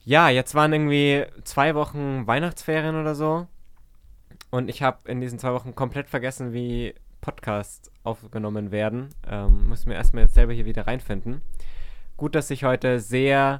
Ja, jetzt waren irgendwie 2 Wochen Weihnachtsferien oder so. Und ich habe in diesen 2 Wochen komplett vergessen, wie Podcasts aufgenommen werden. Muss mir erstmal jetzt selber hier wieder reinfinden. Gut, dass ich heute sehr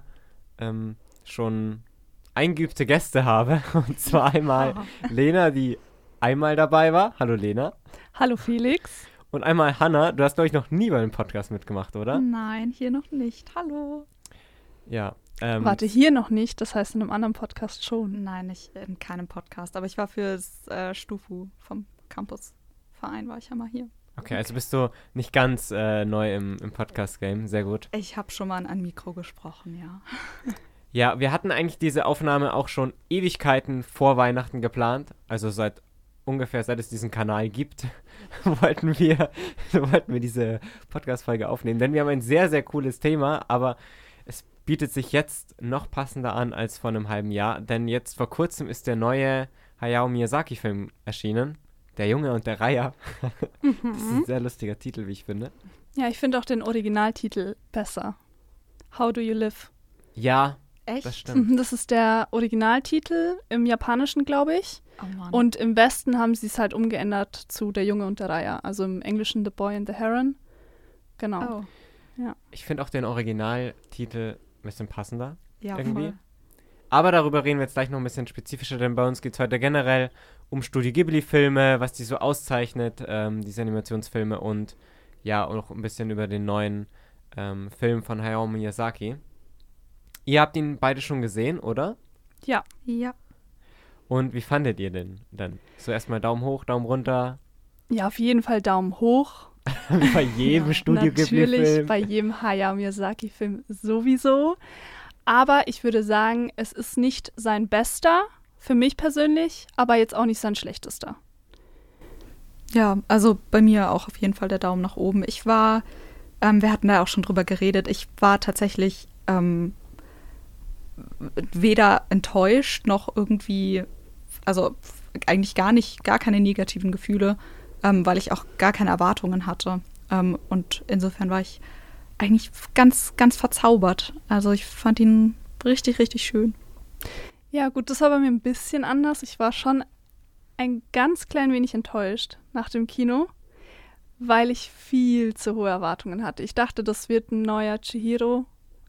schon eingeübte Gäste habe. Und zwar einmal Lena, die einmal dabei war. Hallo Lena. Hallo Felix. Und einmal Hannah. Du hast, glaube ich, noch nie bei einem Podcast mitgemacht, oder? Nein, hier noch nicht. Hallo. Ja. Warte, hier noch nicht, das heißt in einem anderen Podcast schon. Nein, nicht in keinem Podcast, aber ich war fürs Stufu vom Campusverein, war ich ja mal hier. Okay, also bist du nicht ganz neu im Podcast-Game. Sehr gut. Ich habe schon mal in ein Mikro gesprochen, ja. Ja, wir hatten eigentlich diese Aufnahme auch schon Ewigkeiten vor Weihnachten geplant. Also seit es diesen Kanal gibt, wollten wir diese Podcast-Folge aufnehmen. Denn wir haben ein sehr, sehr cooles Thema, aber es bietet sich jetzt noch passender an als vor einem halben Jahr. Denn jetzt vor kurzem ist der neue Hayao Miyazaki-Film erschienen. Der Junge und der Reiher. Das ist ein sehr lustiger Titel, wie ich finde. Ja, ich finde auch den Originaltitel besser. How Do You Live? Ja, Echt? das stimmt. Das ist der Originaltitel im Japanischen, glaube ich. Oh Mann. Und im Westen haben sie es halt umgeändert zu Der Junge und der Reiher. Also im Englischen The Boy and the Heron. Genau. Oh, Ich finde auch den Originaltitel ein bisschen passender. ja, Irgendwie. voll. Aber darüber reden wir jetzt gleich noch ein bisschen spezifischer, denn bei uns geht es heute generell um Studio Ghibli-Filme, was die so auszeichnet, diese Animationsfilme und ja, auch noch ein bisschen über den neuen Film von Hayao Miyazaki. Ihr habt ihn beide schon gesehen, oder? Ja. Ja. Und wie fandet ihr den dann? So erstmal Daumen hoch, Daumen runter, Ja, auf jeden Fall Daumen hoch. wie bei jedem Studio Natürlich Ghibli-Film. bei jedem Hayao Miyazaki-Film sowieso. Aber ich würde sagen, es ist nicht sein bester, für mich persönlich, aber jetzt auch nicht sein schlechtester. Ja, also bei mir auch auf jeden Fall der Daumen nach oben. Wir hatten da auch schon drüber geredet, ich war tatsächlich weder enttäuscht noch irgendwie, also eigentlich gar keine negativen Gefühle, weil ich auch gar keine Erwartungen hatte. Und insofern war ich eigentlich ganz, ganz verzaubert. Also ich fand ihn richtig, richtig schön. Ja, gut, das war bei mir ein bisschen anders. Ich war schon ein ganz klein wenig enttäuscht nach dem Kino, weil ich viel zu hohe Erwartungen hatte. Ich dachte, das wird ein neuer Chihiros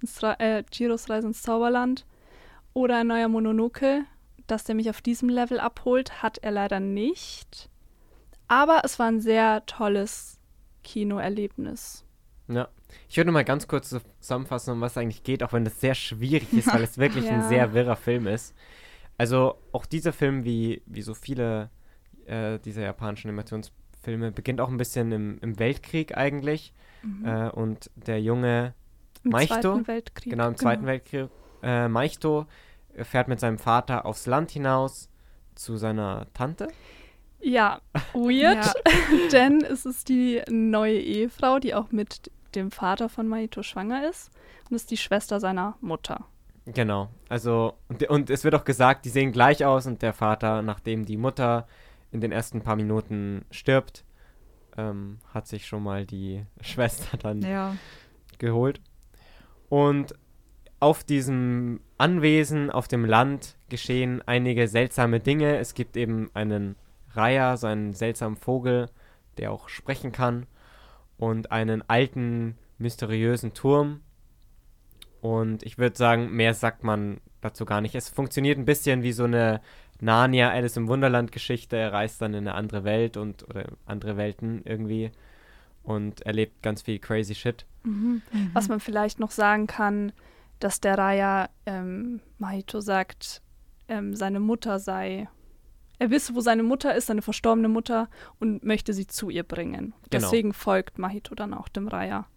Reise ins Zauberland oder ein neuer Mononoke, dass der mich auf diesem Level abholt, hat er leider nicht. Aber es war ein sehr tolles Kinoerlebnis. Ja. Ich würde mal ganz kurz zusammenfassen, um was es eigentlich geht, auch wenn das sehr schwierig ist, weil es wirklich Ja. ein sehr wirrer Film ist. Also auch dieser Film, wie so viele dieser japanischen Animationsfilme, beginnt auch ein bisschen im Weltkrieg eigentlich. Und der junge Im Maichito, Zweiten Weltkrieg. genau im Zweiten Weltkrieg, Maichito fährt mit seinem Vater aufs Land hinaus zu seiner Tante. Ja, weird, Ja. denn es ist die neue Ehefrau, die auch mit dem Vater von Mahito schwanger ist und ist die Schwester seiner Mutter. Genau, also und es wird auch gesagt, die sehen gleich aus und der Vater, nachdem die Mutter in den ersten paar Minuten stirbt, hat sich schon mal die Schwester dann Ja. geholt. Und auf diesem Anwesen, auf dem Land geschehen einige seltsame Dinge. Es gibt eben einen Reiher, so einen seltsamen Vogel, der auch sprechen kann und einen alten, mysteriösen Turm. Und ich würde sagen, mehr sagt man dazu gar nicht. Es funktioniert ein bisschen wie so eine Narnia, Alice im Wunderland-Geschichte. Er reist dann in eine andere Welt oder andere Welten irgendwie und erlebt ganz viel crazy Shit. Was man vielleicht noch sagen kann, dass der Raya Mahito sagt, seine Mutter sei, er wisse, wo seine Mutter ist, seine verstorbene Mutter, und möchte sie zu ihr bringen. Genau. Deswegen folgt Mahito dann auch dem Raya.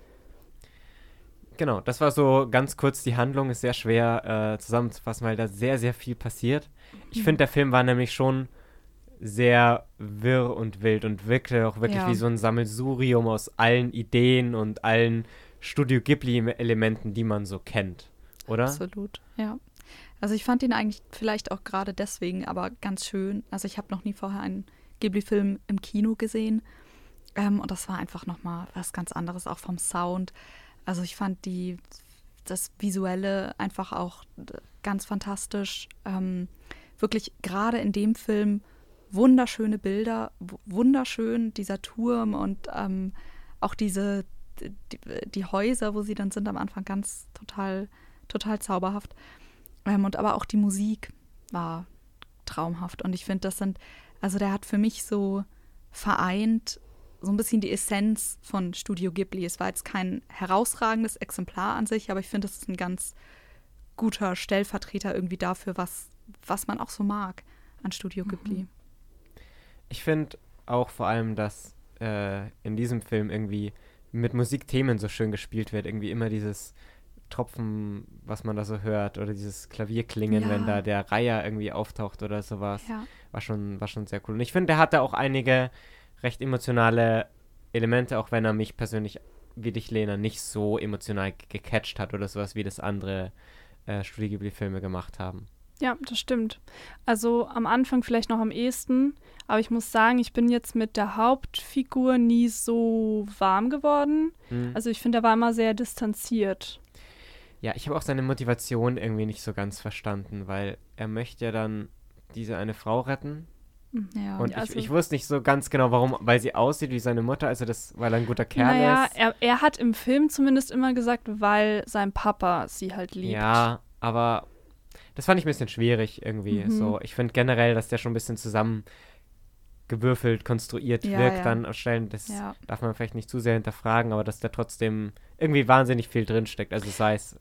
Genau, das war so ganz kurz die Handlung. Ist sehr schwer zusammenzufassen, weil da sehr, sehr viel passiert. Ich finde, der Film war nämlich schon sehr wirr und wild und wirkte auch wirklich Ja. wie so ein Sammelsurium aus allen Ideen und allen Studio Ghibli-Elementen, die man so kennt, oder? Absolut, ja. Also ich fand ihn eigentlich vielleicht auch gerade deswegen aber ganz schön. Also ich habe noch nie vorher einen Ghibli-Film im Kino gesehen. Und das war einfach nochmal was ganz anderes, auch vom Sound. Also ich fand das Visuelle einfach auch ganz fantastisch. Wirklich gerade in dem Film wunderschöne Bilder, wunderschön dieser Turm und auch die Häuser, wo sie dann sind am Anfang, ganz total zauberhaft. Und aber auch die Musik war traumhaft. Und ich finde, der hat für mich so vereint so ein bisschen die Essenz von Studio Ghibli. Es war jetzt kein herausragendes Exemplar an sich, aber ich finde, es ist ein ganz guter Stellvertreter irgendwie dafür, was man auch so mag an Studio Ghibli. Ich finde auch vor allem, dass in diesem Film irgendwie mit Musikthemen so schön gespielt wird. Irgendwie immer dieses Tropfen, was man da so hört, oder dieses Klavierklingen, wenn da der Reiher irgendwie auftaucht oder sowas. Ja. War schon sehr cool. Und ich finde, der hatte auch einige recht emotionale Elemente, auch wenn er mich persönlich, wie dich, Lena, nicht so emotional gecatcht hat oder sowas, wie das andere Studio Ghibli-Filme gemacht haben. Ja, das stimmt. Also am Anfang vielleicht noch am ehesten, aber ich muss sagen, ich bin jetzt mit der Hauptfigur nie so warm geworden. Also ich finde, er war immer sehr distanziert. Ja, ich habe auch seine Motivation irgendwie nicht so ganz verstanden, weil er möchte ja dann diese eine Frau retten. Ja, und ich wusste nicht so ganz genau, warum, weil sie aussieht wie seine Mutter, also weil er ein guter Kerl ist. Er hat im Film zumindest immer gesagt, weil sein Papa sie halt liebt. Ja, aber das fand ich ein bisschen schwierig irgendwie. So, ich finde generell, dass der schon ein bisschen zusammengewürfelt, konstruiert wirkt dann auf Stellen. Das darf man vielleicht nicht zu sehr hinterfragen, aber dass da trotzdem irgendwie wahnsinnig viel drinsteckt. Also sei es...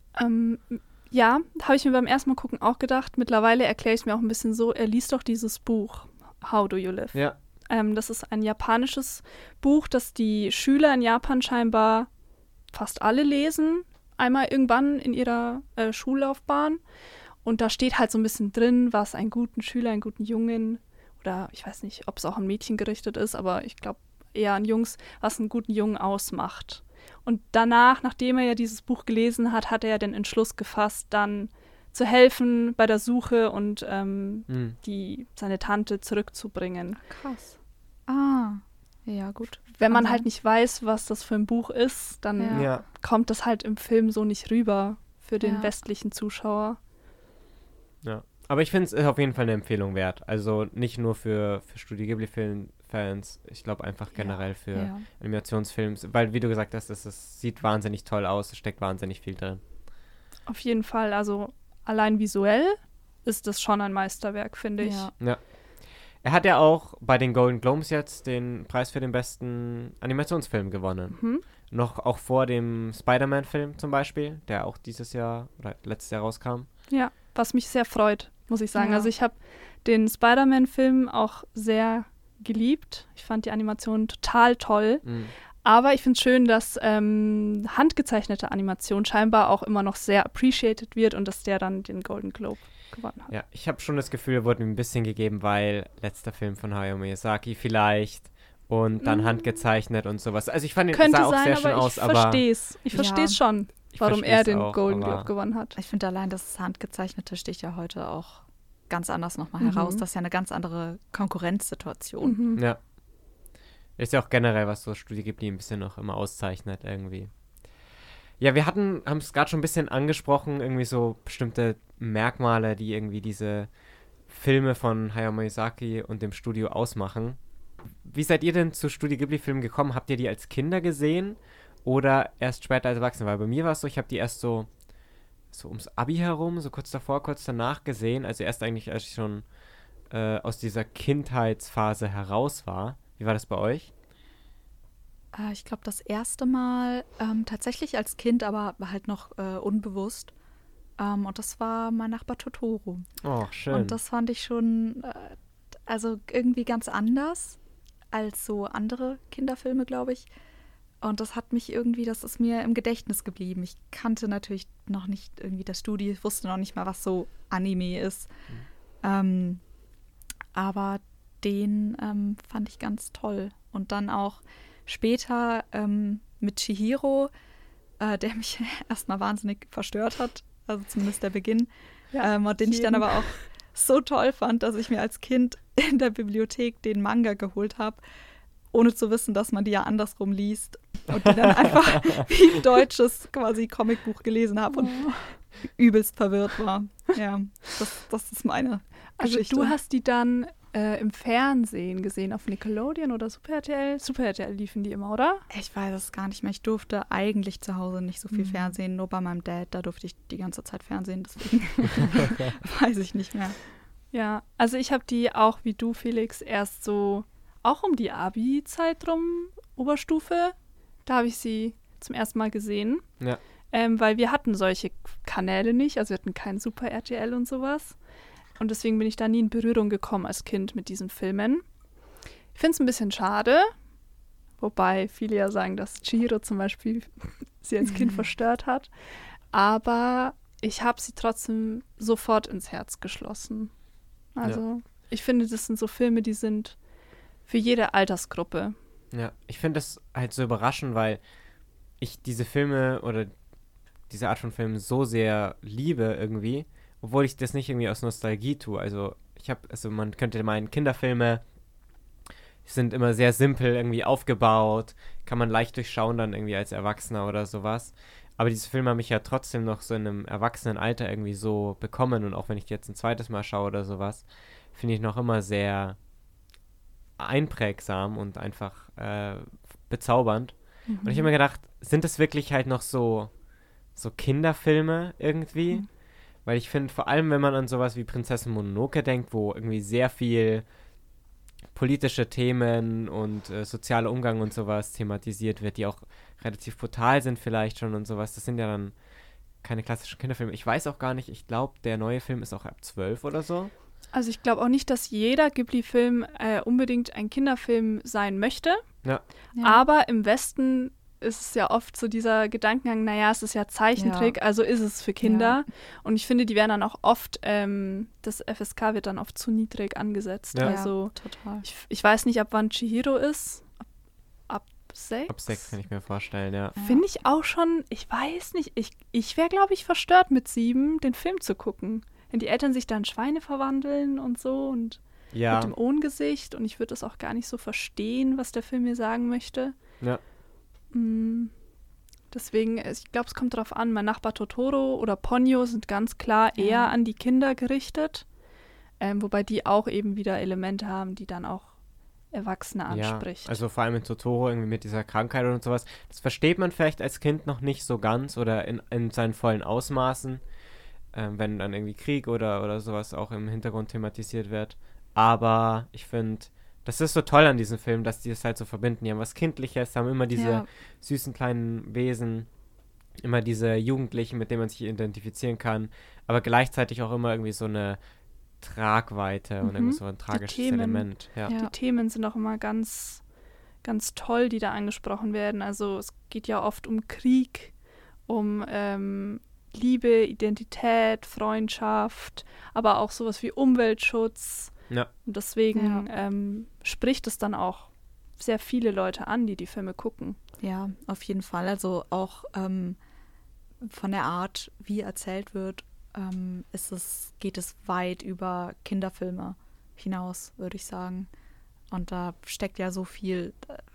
Ja, habe ich mir beim ersten Mal gucken auch gedacht. Mittlerweile erkläre ich es mir auch ein bisschen so, er liest doch dieses Buch, How Do You Live? Ja. Das ist ein japanisches Buch, das die Schüler in Japan scheinbar fast alle lesen, einmal irgendwann in ihrer Schullaufbahn. Und da steht halt so ein bisschen drin, was einen guten Schüler, einen guten Jungen, oder ich weiß nicht, ob es auch an Mädchen gerichtet ist, aber ich glaube eher an Jungs, was einen guten Jungen ausmacht. Und danach, nachdem er ja dieses Buch gelesen hat, hat er ja den Entschluss gefasst, dann zu helfen bei der Suche und seine Tante zurückzubringen. Krass. Ja, gut. Wenn man halt nicht weiß, was das für ein Buch ist, dann kommt das halt im Film so nicht rüber für den westlichen Zuschauer. Ja, aber ich finde es auf jeden Fall eine Empfehlung wert. Also nicht nur für Studio Ghibli-Fans, ich glaube einfach generell für Animationsfilme, weil wie du gesagt hast, es sieht wahnsinnig toll aus, es steckt wahnsinnig viel drin. Auf jeden Fall, also allein visuell ist das schon ein Meisterwerk, finde ich. Ja. Er hat ja auch bei den Golden Globes jetzt den Preis für den besten Animationsfilm gewonnen. Noch auch vor dem Spider-Man-Film zum Beispiel, der auch dieses Jahr oder letztes Jahr rauskam. Ja, was mich sehr freut, muss ich sagen. Ja. Also ich habe den Spider-Man-Film auch sehr geliebt. Ich fand die Animation total toll. Aber ich finde es schön, dass handgezeichnete Animation scheinbar auch immer noch sehr appreciated wird und dass der dann den Golden Globe gewonnen hat. Ja, ich habe schon das Gefühl, er wurde mir ein bisschen gegeben, weil letzter Film von Hayao Miyazaki vielleicht und dann handgezeichnet und sowas. Also ich fand, den sah auch sehr schön aus, aber... Ich verstehe es schon, warum er den Golden Globe gewonnen hat. Ich finde allein das Handgezeichnete sticht ja heute auch ganz anders nochmal heraus. Das ist ja eine ganz andere Konkurrenzsituation. Ja. Ist ja auch generell, was so Studio Ghibli ein bisschen noch immer auszeichnet irgendwie. Ja, wir haben es gerade schon ein bisschen angesprochen, irgendwie so bestimmte Merkmale, die irgendwie diese Filme von Hayao Miyazaki und dem Studio ausmachen. Wie seid ihr denn zu Studio Ghibli-Filmen gekommen? Habt ihr die als Kinder gesehen oder erst später als Erwachsene? Weil bei mir war es so, ich habe die erst so ums Abi herum, so kurz davor, kurz danach gesehen. Also erst eigentlich, als ich schon aus dieser Kindheitsphase heraus war. Wie war das bei euch? Ich glaube, das erste Mal tatsächlich als Kind, aber halt noch unbewusst. Und das war mein Nachbar Totoro. Oh, schön. Und das fand ich schon also irgendwie ganz anders als so andere Kinderfilme, glaube ich. Und das ist mir im Gedächtnis geblieben. Ich kannte natürlich noch nicht irgendwie das Studio, ich wusste noch nicht mal, was so Anime ist. Aber den fand ich ganz toll. Und dann auch später mit Chihiro, der mich erstmal wahnsinnig verstört hat, also zumindest der Beginn, und den ich dann aber auch so toll fand, dass ich mir als Kind in der Bibliothek den Manga geholt habe ohne zu wissen, dass man die ja andersrum liest und die dann einfach wie ein deutsches quasi Comicbuch gelesen habe und übelst verwirrt war. Ja, das ist meine Geschichte. Also du hast die dann im Fernsehen gesehen, auf Nickelodeon oder Super RTL? Super RTL liefen die immer, oder? Ich weiß es gar nicht mehr. Ich durfte eigentlich zu Hause nicht so viel Fernsehen, nur bei meinem Dad, da durfte ich die ganze Zeit Fernsehen, deswegen weiß ich nicht mehr. Ja, also ich habe die auch wie du, Felix, erst so auch um die Abi-Zeit rum, Oberstufe, da habe ich sie zum ersten Mal gesehen. Ja. Weil wir hatten solche Kanäle nicht, also wir hatten kein Super RTL und sowas. Und deswegen bin ich da nie in Berührung gekommen als Kind mit diesen Filmen. Ich finde es ein bisschen schade, wobei viele ja sagen, dass Chihiro zum Beispiel sie als Kind verstört hat. Aber ich habe sie trotzdem sofort ins Herz geschlossen. Also ich finde, das sind so Filme, die sind für jede Altersgruppe. Ja, ich finde das halt so überraschend, weil ich diese Filme oder diese Art von Filmen so sehr liebe irgendwie, obwohl ich das nicht irgendwie aus Nostalgie tue. Also man könnte meinen, Kinderfilme sind immer sehr simpel irgendwie aufgebaut, kann man leicht durchschauen dann irgendwie als Erwachsener oder sowas. Aber diese Filme haben mich ja trotzdem noch so in einem Erwachsenenalter irgendwie so bekommen und auch wenn ich die jetzt ein zweites Mal schaue oder sowas, finde ich noch immer sehr einprägsam und einfach bezaubernd. Und ich habe mir gedacht, sind das wirklich halt noch so Kinderfilme irgendwie? Weil ich finde, vor allem, wenn man an sowas wie Prinzessin Mononoke denkt, wo irgendwie sehr viel politische Themen und sozialer Umgang und sowas thematisiert wird, die auch relativ brutal sind vielleicht schon und sowas, das sind ja dann keine klassischen Kinderfilme. Ich weiß auch gar nicht, ich glaube, der neue Film ist auch ab 12 oder so. Also ich glaube auch nicht, dass jeder Ghibli-Film unbedingt ein Kinderfilm sein möchte. Ja. Aber im Westen ist es ja oft so dieser Gedankengang, naja, es ist ja Zeichentrick, also ist es für Kinder. Ja. Und ich finde, die werden dann auch oft, das FSK wird dann oft zu niedrig angesetzt. Ja. Also total. Ich weiß nicht, ab wann Chihiro ist. Ab 6? Ab 6 kann ich mir vorstellen, ja. Finde ich auch schon, ich weiß nicht, ich wäre, glaube ich, verstört mit 7, den Film zu gucken. Wenn die Eltern sich dann in Schweine verwandeln und so und mit dem Ohngesicht und ich würde das auch gar nicht so verstehen, was der Film mir sagen möchte. Ja. Deswegen, ich glaube, es kommt darauf an, mein Nachbar Totoro oder Ponyo sind ganz klar eher an die Kinder gerichtet, wobei die auch eben wieder Elemente haben, die dann auch Erwachsene anspricht. Ja, also vor allem in Totoro irgendwie mit dieser Krankheit und sowas, das versteht man vielleicht als Kind noch nicht so ganz oder in seinen vollen Ausmaßen, wenn dann irgendwie Krieg oder sowas auch im Hintergrund thematisiert wird. Aber ich finde, das ist so toll an diesem Film, dass die es halt so verbinden. Die haben was Kindliches, haben immer diese süßen kleinen Wesen, immer diese Jugendlichen, mit denen man sich identifizieren kann, aber gleichzeitig auch immer irgendwie so eine Tragweite und irgendwie so ein tragisches Element. Ja. Die Themen sind auch immer ganz, ganz toll, die da angesprochen werden. Also es geht ja oft um Krieg, um Liebe, Identität, Freundschaft, aber auch sowas wie Umweltschutz. Ja. Und deswegen spricht es dann auch sehr viele Leute an, die Filme gucken. Ja, auf jeden Fall. Also auch von der Art, wie erzählt wird, geht es weit über Kinderfilme hinaus, würde ich sagen. Und da steckt ja so viel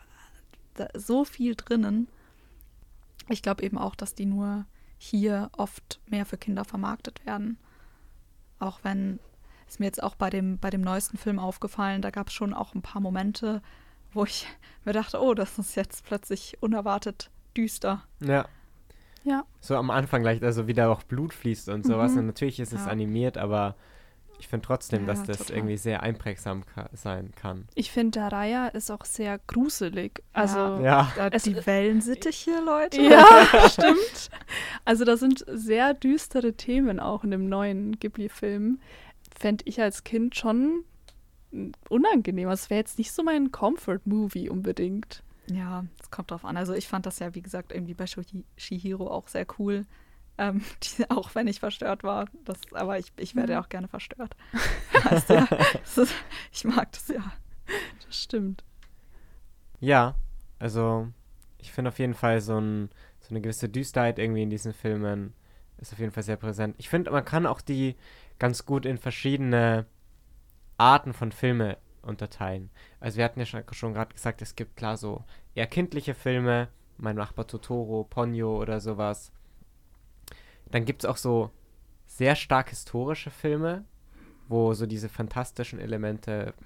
drinnen. Ich glaube eben auch, dass die nur hier oft mehr für Kinder vermarktet werden. Auch wenn ist mir jetzt auch bei dem neuesten Film aufgefallen, da gab es schon auch ein paar Momente, wo ich mir dachte, oh, das ist jetzt plötzlich unerwartet düster. Ja. Ja. So am Anfang gleich, also wie da auch Blut fließt und sowas. Und natürlich ist es animiert, aber ich finde trotzdem, dass das irgendwie sehr einprägsam sein kann. Ich finde, Daraya ist auch sehr gruselig. Also die Wellensittiche, Leute. Ja, stimmt. Also da sind sehr düstere Themen auch in dem neuen Ghibli-Film. Fände ich als Kind schon unangenehm. Es wäre jetzt nicht so mein Comfort-Movie unbedingt. Ja, es kommt drauf an. Also ich fand das ja, wie gesagt, irgendwie bei Chihiro auch sehr cool. Auch wenn ich verstört war. Aber ich werde ja auch gerne verstört. Weißt du, ich mag das ja. Das stimmt. Ja, also ich finde auf jeden Fall so eine gewisse Düsterheit irgendwie in diesen Filmen ist auf jeden Fall sehr präsent. Ich finde, man kann auch die ganz gut in verschiedene Arten von Filme unterteilen. Also wir hatten ja schon gerade gesagt, es gibt klar so eher kindliche Filme, Mein Nachbar Totoro, Ponyo oder sowas. Dann gibt es auch so sehr stark historische Filme, wo so diese fantastischen Elemente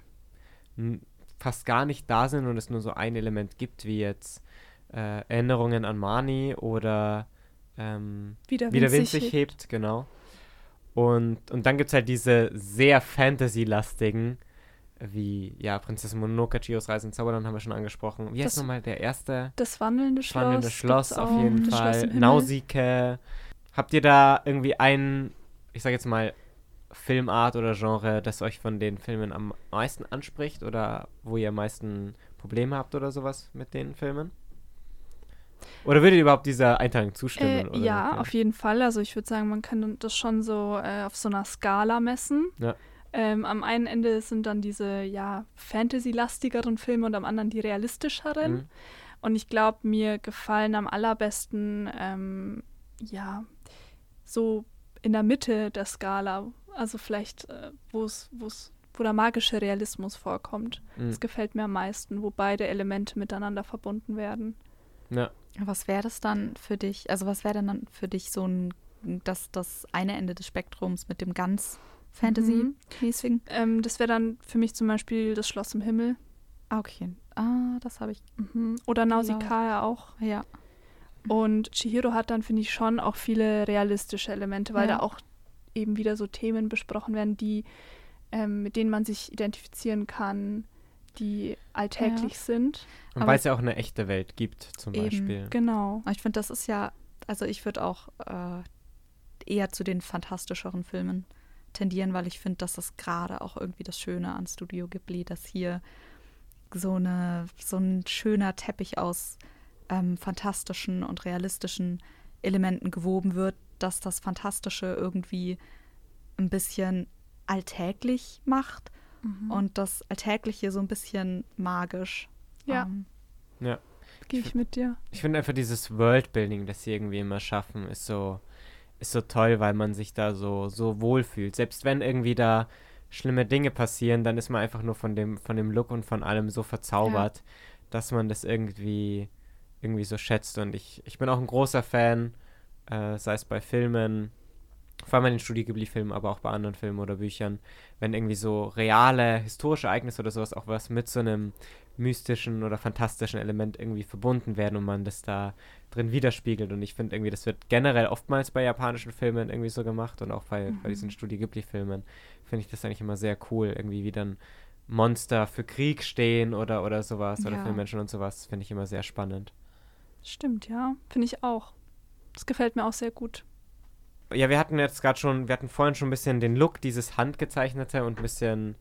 fast gar nicht da sind und es nur so ein Element gibt, wie jetzt Erinnerungen an Marnie oder Wie der Wie der Wind Wind sich sich hebt, genau. Und dann gibt es halt diese sehr Fantasy-lastigen, wie, ja, Prinzessin Mononoke, Chihiros Reise ins Zauberland haben wir schon angesprochen. Wie heißt Das- nochmal der erste? Das wandelnde Schloss. Wandelnde Schloss gibt's auf auch, jeden das Schloss Fall. im Himmel. Nausicaa. Habt ihr da irgendwie einen, ich sag jetzt mal, Filmart oder Genre, das euch von den Filmen am meisten anspricht oder wo ihr am meisten Probleme habt oder sowas mit den Filmen? Oder würdet ihr überhaupt dieser Einteilung zustimmen? Oder Ja, okay. auf jeden Fall. Also ich würde sagen, man kann das schon so auf so einer Skala messen. Ja. Am einen Ende sind dann diese, ja, Fantasy-lastigeren Filme und am anderen die realistischeren. Mhm. Und ich glaube, mir gefallen am allerbesten, ja, so in der Mitte der Skala. Also vielleicht, wo der magische Realismus vorkommt. Mhm. Das gefällt mir am meisten, wo beide Elemente miteinander verbunden werden. Ja. Was wäre das dann für dich? Also was wäre denn dann für dich so das eine Ende des Spektrums mit dem ganz Fantasy-mäßigen? Das wäre dann für mich zum Beispiel das Schloss im Himmel. Ah, okay. Das habe ich. Oder Nausicaa auch. Ja. Und Chihiro hat dann, finde ich, schon auch viele realistische Elemente, weil Ja. da auch eben wieder so Themen besprochen werden, die mit denen man sich identifizieren kann, die alltäglich sind. Und Aber weil es ja auch eine echte Welt gibt, zum Eben, Beispiel. Genau. Aber ich finde, das ist ja, also ich würde auch eher zu den fantastischeren Filmen tendieren, weil ich finde, dass das gerade auch irgendwie das Schöne an Studio Ghibli, dass hier so ein schöner Teppich aus fantastischen und realistischen Elementen gewoben wird, dass das Fantastische irgendwie ein bisschen alltäglich macht und das Alltägliche so ein bisschen magisch. Ja. Ja. Gehe ich mit dir. Ich finde einfach dieses Worldbuilding, das sie irgendwie immer schaffen, ist so toll, weil man sich da so wohlfühlt. Selbst wenn irgendwie da schlimme Dinge passieren, dann ist man einfach nur von dem Look und von allem so verzaubert, dass man das irgendwie so schätzt. Und ich bin auch ein großer Fan, sei es bei Filmen, vor allem bei den Studio Ghibli-Filmen, aber auch bei anderen Filmen oder Büchern, wenn irgendwie so reale, historische Ereignisse oder sowas auch was mit so einem mystischen oder fantastischen Element irgendwie verbunden werden und man das da drin widerspiegelt. Und ich finde irgendwie, das wird generell oftmals bei japanischen Filmen irgendwie so gemacht und auch bei diesen Studio Ghibli-Filmen finde ich das eigentlich immer sehr cool, irgendwie wie dann Monster für Krieg stehen oder sowas oder Ja. für Menschen und sowas, finde ich immer sehr spannend. Stimmt, ja. Finde ich auch. Das gefällt mir auch sehr gut. Ja, wir hatten vorhin schon ein bisschen den Look, dieses Handgezeichnete und ein bisschen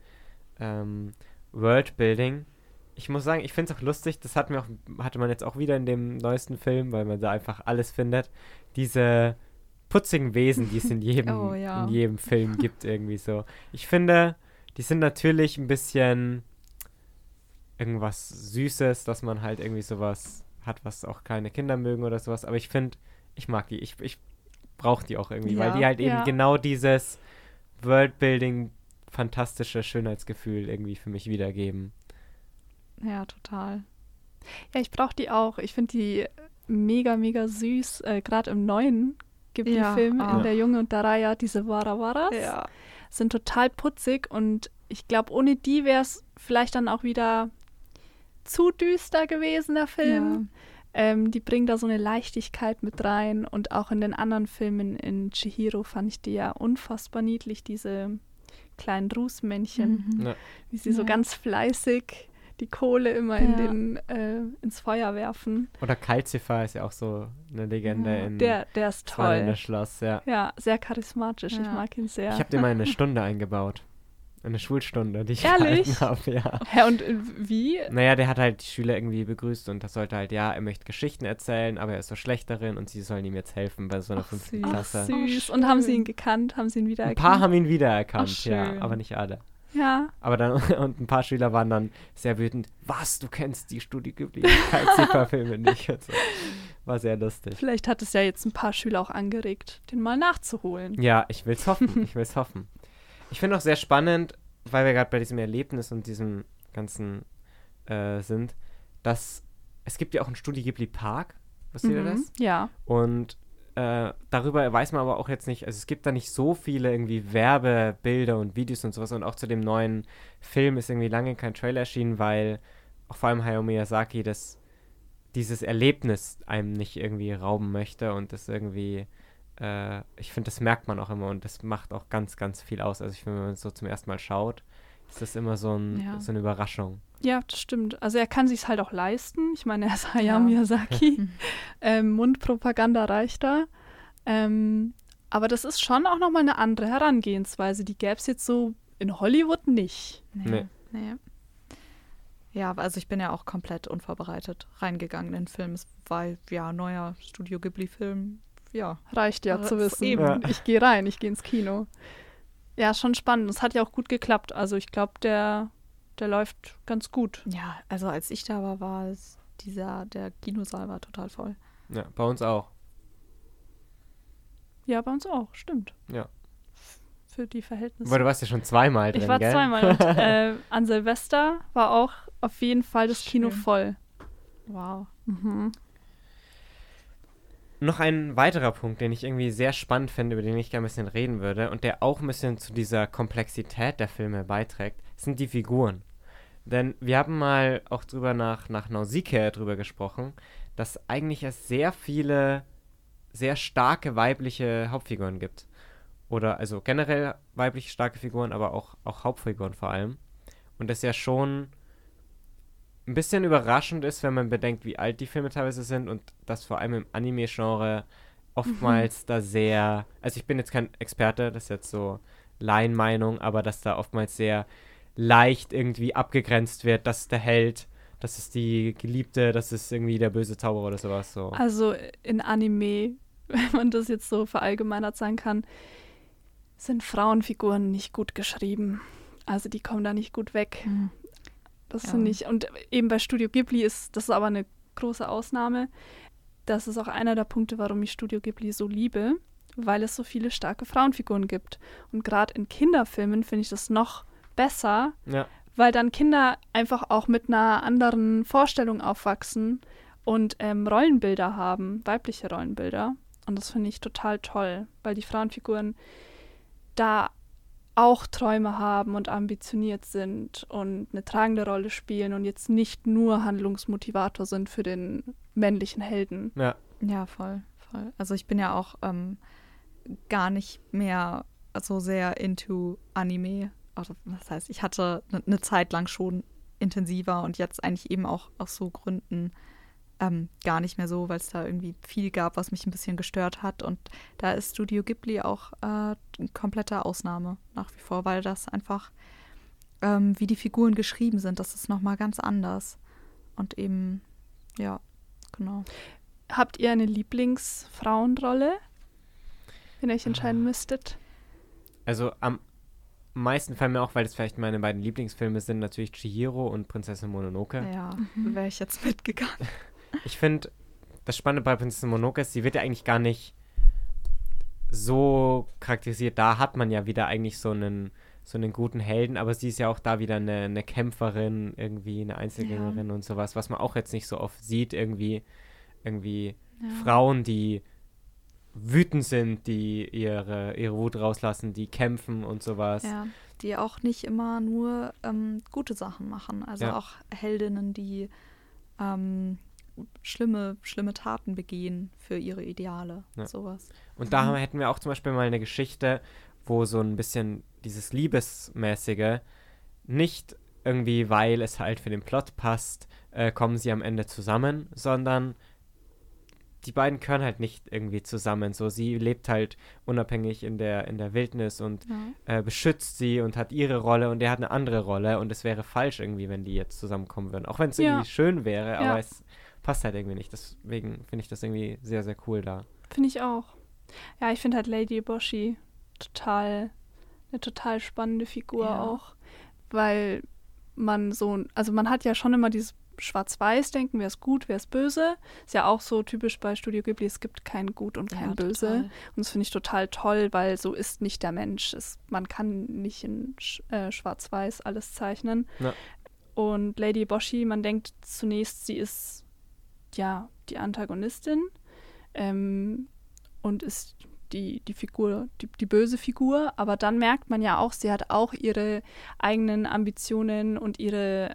Worldbuilding. Ich muss sagen, ich finde es auch lustig, das hatte man jetzt auch wieder in dem neuesten Film, weil man da einfach alles findet. Diese putzigen Wesen, die es in jedem, Oh, ja. in jedem Film gibt, irgendwie so. Ich finde, die sind natürlich ein bisschen irgendwas Süßes, dass man halt irgendwie sowas hat, was auch kleine Kinder mögen oder sowas, aber ich finde, ich mag die. Ich brauche die auch irgendwie, weil Ja. die halt eben Ja. genau dieses Worldbuilding, fantastische Schönheitsgefühl irgendwie für mich wiedergeben. Ja, total. Ja, ich brauche die auch. Ich finde die mega, mega süß. Gerade im neuen Ghibli-Film, Ja, in Der Junge und der Raya, diese Warawaras, sind total putzig und ich glaube, ohne die wäre es vielleicht dann auch wieder zu düster gewesen, der Film. Die bringen da so eine Leichtigkeit mit rein und auch in den anderen Filmen in Chihiro fand ich die ja unfassbar niedlich, diese kleinen Rußmännchen, Mhm. Ja. wie sie so Ja. ganz fleißig die Kohle immer Ja. ins Feuer werfen. Oder Calcifer ist ja auch so eine Legende Ja, in Der ist das Wandelnde toll. Schloss, ja. Ja, sehr charismatisch. Ich Ja. mag ihn sehr. Ich habe dir mal eine Stunde eingebaut. Eine Schulstunde, die ich Ehrlich? gehalten habe, ja. Hä, und wie? Naja, der hat halt die Schüler irgendwie begrüßt und das sollte halt, ja, er möchte Geschichten erzählen, aber er ist so schlecht darin und sie sollen ihm jetzt helfen bei so einer Ach, 5. süß. Ach, Klasse. süß. Oh, Und haben sie schön. ihn gekannt? Haben sie ihn Ein wiedererkannt? paar haben ihn wiedererkannt, Ach, ja, schön. aber nicht alle. Ja. Aber dann, und ein paar Schüler waren dann sehr wütend, was, du kennst die Studio Ghibli Calcifer-Filme nicht und so. War sehr lustig. Vielleicht hat es ja jetzt ein paar Schüler auch angeregt, den mal nachzuholen. Ja, ich will's hoffen, ich will's hoffen. Ich finde auch sehr spannend, weil wir gerade bei diesem Erlebnis und diesem ganzen sind, dass es gibt ja auch einen Studio Ghibli Park, wisst ihr das? Ja. Und darüber weiß man aber auch jetzt nicht, also es gibt da nicht so viele irgendwie Werbebilder und Videos und sowas und auch zu dem neuen Film ist irgendwie lange kein Trailer erschienen, weil auch vor allem Hayao Miyazaki dieses Erlebnis einem nicht irgendwie rauben möchte und das irgendwie, ich finde, das merkt man auch immer und das macht auch ganz, ganz viel aus. Also ich finde, wenn man es so zum ersten Mal schaut, ist das immer so eine Überraschung. Ja, das stimmt. Also er kann sich's halt auch leisten. Ich meine, er ist Hayao Ja. Miyazaki. Mundpropaganda reicht da. Aber das ist schon auch nochmal eine andere Herangehensweise. Die gäbe es jetzt so in Hollywood nicht. Nee. Ja, also ich bin ja auch komplett unvorbereitet reingegangen in den Film. Es war ja neuer Studio Ghibli-Film. Ja. Reicht ja zu wissen. Eben. Ja. Ich gehe rein, ich gehe ins Kino. Ja, schon spannend. Es hat ja auch gut geklappt. Also ich glaube, der läuft ganz gut. Ja, also als ich da war es der Kinosaal war total voll. Ja, bei uns auch. Ja, bei uns auch, stimmt. Ja. Für die Verhältnisse. Aber du warst ja schon zweimal drin, Ich war gell? zweimal und an Silvester war auch auf jeden Fall das Kino Schön. voll. Wow. Mhm. Noch ein weiterer Punkt, den ich irgendwie sehr spannend finde, über den ich gerne ein bisschen reden würde und der auch ein bisschen zu dieser Komplexität der Filme beiträgt, sind die Figuren. Denn wir haben mal auch nach Nausicaa drüber gesprochen, dass eigentlich es sehr viele sehr starke weibliche Hauptfiguren gibt. Oder also generell weibliche starke Figuren, aber auch Hauptfiguren vor allem. Und das ja schon ein bisschen überraschend ist, wenn man bedenkt, wie alt die Filme teilweise sind und dass vor allem im Anime-Genre oftmals da sehr, also ich bin jetzt kein Experte, das ist jetzt so Laienmeinung, aber dass da oftmals sehr leicht irgendwie abgegrenzt wird, das ist der Held, das ist die Geliebte, das ist irgendwie der böse Zauberer oder sowas so. Also in Anime, wenn man das jetzt so verallgemeinert sagen kann, sind Frauenfiguren nicht gut geschrieben. Also die kommen da nicht gut weg. Das Ja. finde ich. Und eben bei Studio Ghibli ist das aber eine große Ausnahme. Das ist auch einer der Punkte, warum ich Studio Ghibli so liebe, weil es so viele starke Frauenfiguren gibt. Und gerade in Kinderfilmen finde ich das noch besser, Ja, weil dann Kinder einfach auch mit einer anderen Vorstellung aufwachsen und Rollenbilder haben, weibliche Rollenbilder. Und das finde ich total toll, weil die Frauenfiguren da auch Träume haben und ambitioniert sind und eine tragende Rolle spielen und jetzt nicht nur Handlungsmotivator sind für den männlichen Helden. ja, Ja, voll. Also ich bin ja auch gar nicht mehr so sehr into Anime. Also, das heißt, ich hatte eine Zeit lang schon intensiver und jetzt eigentlich eben auch aus so Gründen gar nicht mehr so, weil es da irgendwie viel gab, was mich ein bisschen gestört hat. Und da ist Studio Ghibli auch eine komplette Ausnahme nach wie vor, weil das einfach, wie die Figuren geschrieben sind, das ist nochmal ganz anders. Und eben, ja, genau. Habt ihr eine Lieblingsfrauenrolle, wenn ihr euch entscheiden müsstet? also am meisten fallen mir auch, weil das vielleicht meine beiden Lieblingsfilme sind, natürlich Chihiro und Prinzessin Mononoke. Ja, wäre ich jetzt mitgegangen. Ich finde, das Spannende bei Prinzessin Mononoke ist, sie wird ja eigentlich gar nicht so charakterisiert. Da hat man ja wieder eigentlich so einen guten Helden, aber sie ist ja auch da wieder eine Kämpferin, irgendwie eine Einzelgängerin und sowas, was man auch jetzt nicht so oft sieht, irgendwie Frauen, die wütend sind, die ihre Wut rauslassen, die kämpfen und sowas. Ja, die auch nicht immer nur gute Sachen machen. Also Ja. auch Heldinnen, die schlimme Taten begehen für ihre Ideale. Ja. Sowas. Und da hätten wir auch zum Beispiel mal eine Geschichte, wo so ein bisschen dieses Liebesmäßige nicht irgendwie, weil es halt für den Plot passt, kommen sie am Ende zusammen, sondern die beiden gehören halt nicht irgendwie zusammen. So, sie lebt halt unabhängig in der Wildnis und beschützt sie und hat ihre Rolle und er hat eine andere Rolle und es wäre falsch irgendwie, wenn die jetzt zusammenkommen würden. Auch wenn es irgendwie schön wäre, Ja. aber es passt halt irgendwie nicht. Deswegen finde ich das irgendwie sehr, sehr cool da. Finde ich auch. Ja, ich finde halt Lady Eboshi eine total spannende Figur Ja. auch, weil man man hat ja schon immer dieses schwarz-weiß denken, wer ist gut, wer ist böse. Ist ja auch so typisch bei Studio Ghibli, es gibt kein Gut und kein Böse. Total. Und das finde ich total toll, weil so ist nicht der Mensch. Man kann nicht in schwarz-weiß alles zeichnen. Ja. Und Lady Eboshi, man denkt zunächst, sie ist ja die Antagonistin und ist die Figur, die böse Figur, aber dann merkt man ja auch, sie hat auch ihre eigenen Ambitionen und ihre,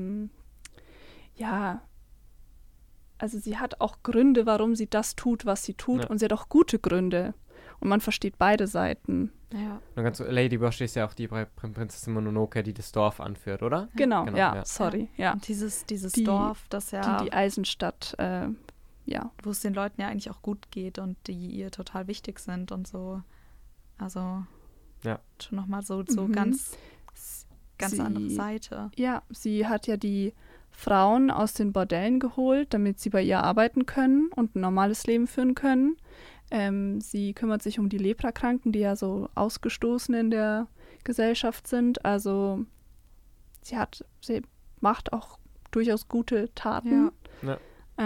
also sie hat auch Gründe, warum sie das tut, was sie tut, Ja. und sie hat auch gute Gründe. Und man versteht beide Seiten. Ja. Und ganz, Lady Boshi ist ja auch die Prinzessin Mononoke, die das Dorf anführt, oder? Genau, ja, ja. sorry, ja. Und dieses Die- Dorf, das ja, Die Eisenstadt, ja. wo es den Leuten ja eigentlich auch gut geht und die ihr total wichtig sind und so. Also Ja. schon nochmal so Mhm. ganz Sie- andere Seite. Ja, sie hat ja die Frauen aus den Bordellen geholt, damit sie bei ihr arbeiten können und ein normales Leben führen können. Sie kümmert sich um die Leprakranken, die ja so ausgestoßen in der Gesellschaft sind. Also sie macht auch durchaus gute Taten. Ja.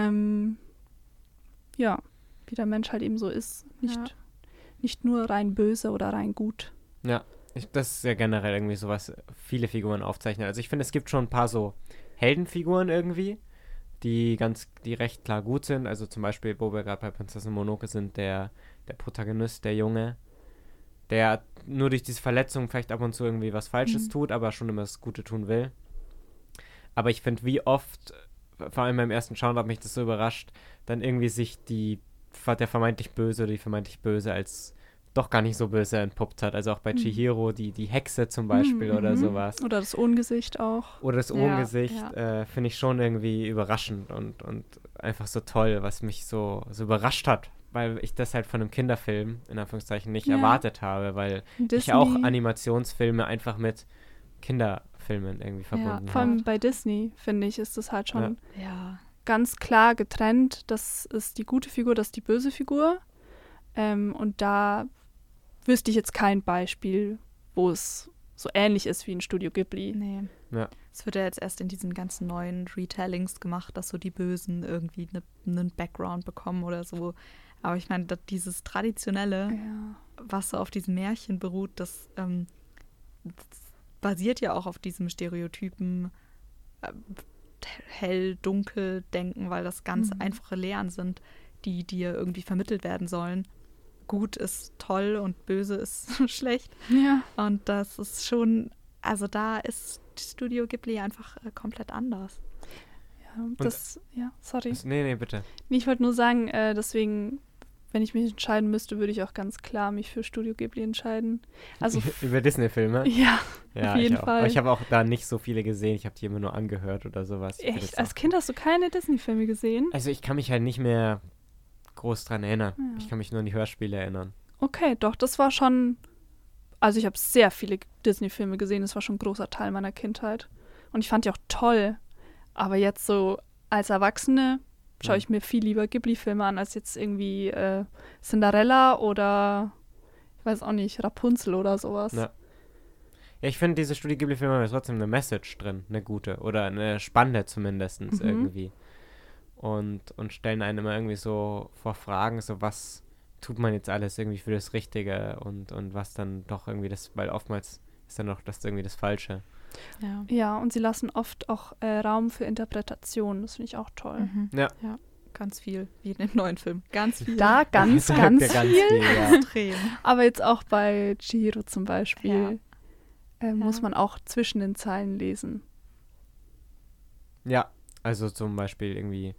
Ja, wie der Mensch halt eben so ist. Ja. Nicht nur rein böse oder rein gut. Ja, das ist ja generell irgendwie so, was viele Figuren aufzeichnen. Also ich finde, es gibt schon ein paar so Heldenfiguren irgendwie, die recht klar gut sind. Also zum Beispiel, wo wir gerade bei Prinzessin Mononoke sind, der Protagonist, der Junge, der nur durch diese Verletzung vielleicht ab und zu irgendwie was Falsches tut, aber schon immer das Gute tun will. Aber ich finde, wie oft, vor allem beim ersten Schauen hat mich das so überrascht, dann irgendwie sich der vermeintlich Böse oder die vermeintlich Böse als doch gar nicht so böse entpuppt hat. Also auch bei Chihiro, die Hexe zum Beispiel oder sowas. Oder das Ohngesicht auch. Oder das Ja, Ohngesicht ja. finde ich schon irgendwie überraschend und einfach so toll, was mich so überrascht hat, weil ich das halt von einem Kinderfilm, in Anführungszeichen, nicht Ja. erwartet habe, weil ich Disney, auch Animationsfilme einfach mit Kinderfilmen irgendwie verbunden vor habe. allem bei Disney, finde ich, ist das halt schon Ja. ganz klar getrennt. Das ist die gute Figur, das ist die böse Figur. Und da wüsste ich jetzt kein Beispiel, wo es so ähnlich ist wie in Studio Ghibli. Nee. Ja. Es wird ja jetzt erst in diesen ganzen neuen Retellings gemacht, dass so die Bösen irgendwie einen Background bekommen oder so. Aber ich meine, dieses Traditionelle, Ja. was so auf diesen Märchen beruht, das basiert ja auch auf diesem Stereotypen hell, dunkel denken, weil das ganz einfache Lehren sind, die dir irgendwie vermittelt werden sollen. Gut ist toll und böse ist schlecht. Ja. Und das ist schon, also da ist Studio Ghibli einfach komplett anders. Sorry. Nee, bitte. Nee, ich wollte nur sagen, deswegen, wenn ich mich entscheiden müsste, würde ich auch ganz klar mich für Studio Ghibli entscheiden. Also, Über Disney-Filme? ja, Ja, auf jeden ich auch. Fall. Aber ich habe auch da nicht so viele gesehen. Ich habe die immer nur angehört oder sowas. Ich will echt, jetzt als auch- Kind hast du keine Disney-Filme gesehen? Also ich kann mich halt nicht mehr groß dran erinnern. Ja. Ich kann mich nur an die Hörspiele erinnern. Okay, doch, das war schon, also ich habe sehr viele Disney-Filme gesehen, das war schon ein großer Teil meiner Kindheit. Und ich fand die auch toll. Aber jetzt so als Erwachsene schaue ich mir viel lieber Ghibli-Filme an, als jetzt irgendwie Cinderella oder, ich weiß auch nicht, Rapunzel oder sowas. Ja. Ja, ich finde, diese Studio Ghibli-Filme haben trotzdem eine Message drin, eine gute. Oder eine spannende zumindest irgendwie. Und stellen einen immer irgendwie so vor Fragen, so was tut man jetzt alles irgendwie für das Richtige und was dann doch irgendwie das, weil oftmals ist dann doch das irgendwie das Falsche. Ja. Ja, und sie lassen oft auch Raum für Interpretation, das finde ich auch toll. Mhm. Ja. Ja, ganz viel, wie in dem neuen Film. Ganz viel. Da ganz, Sagt ganz er viel. ja. Extrem. Aber jetzt auch bei Chihiro zum Beispiel muss Ja. man auch zwischen den Zeilen lesen. Ja, also zum Beispiel irgendwie,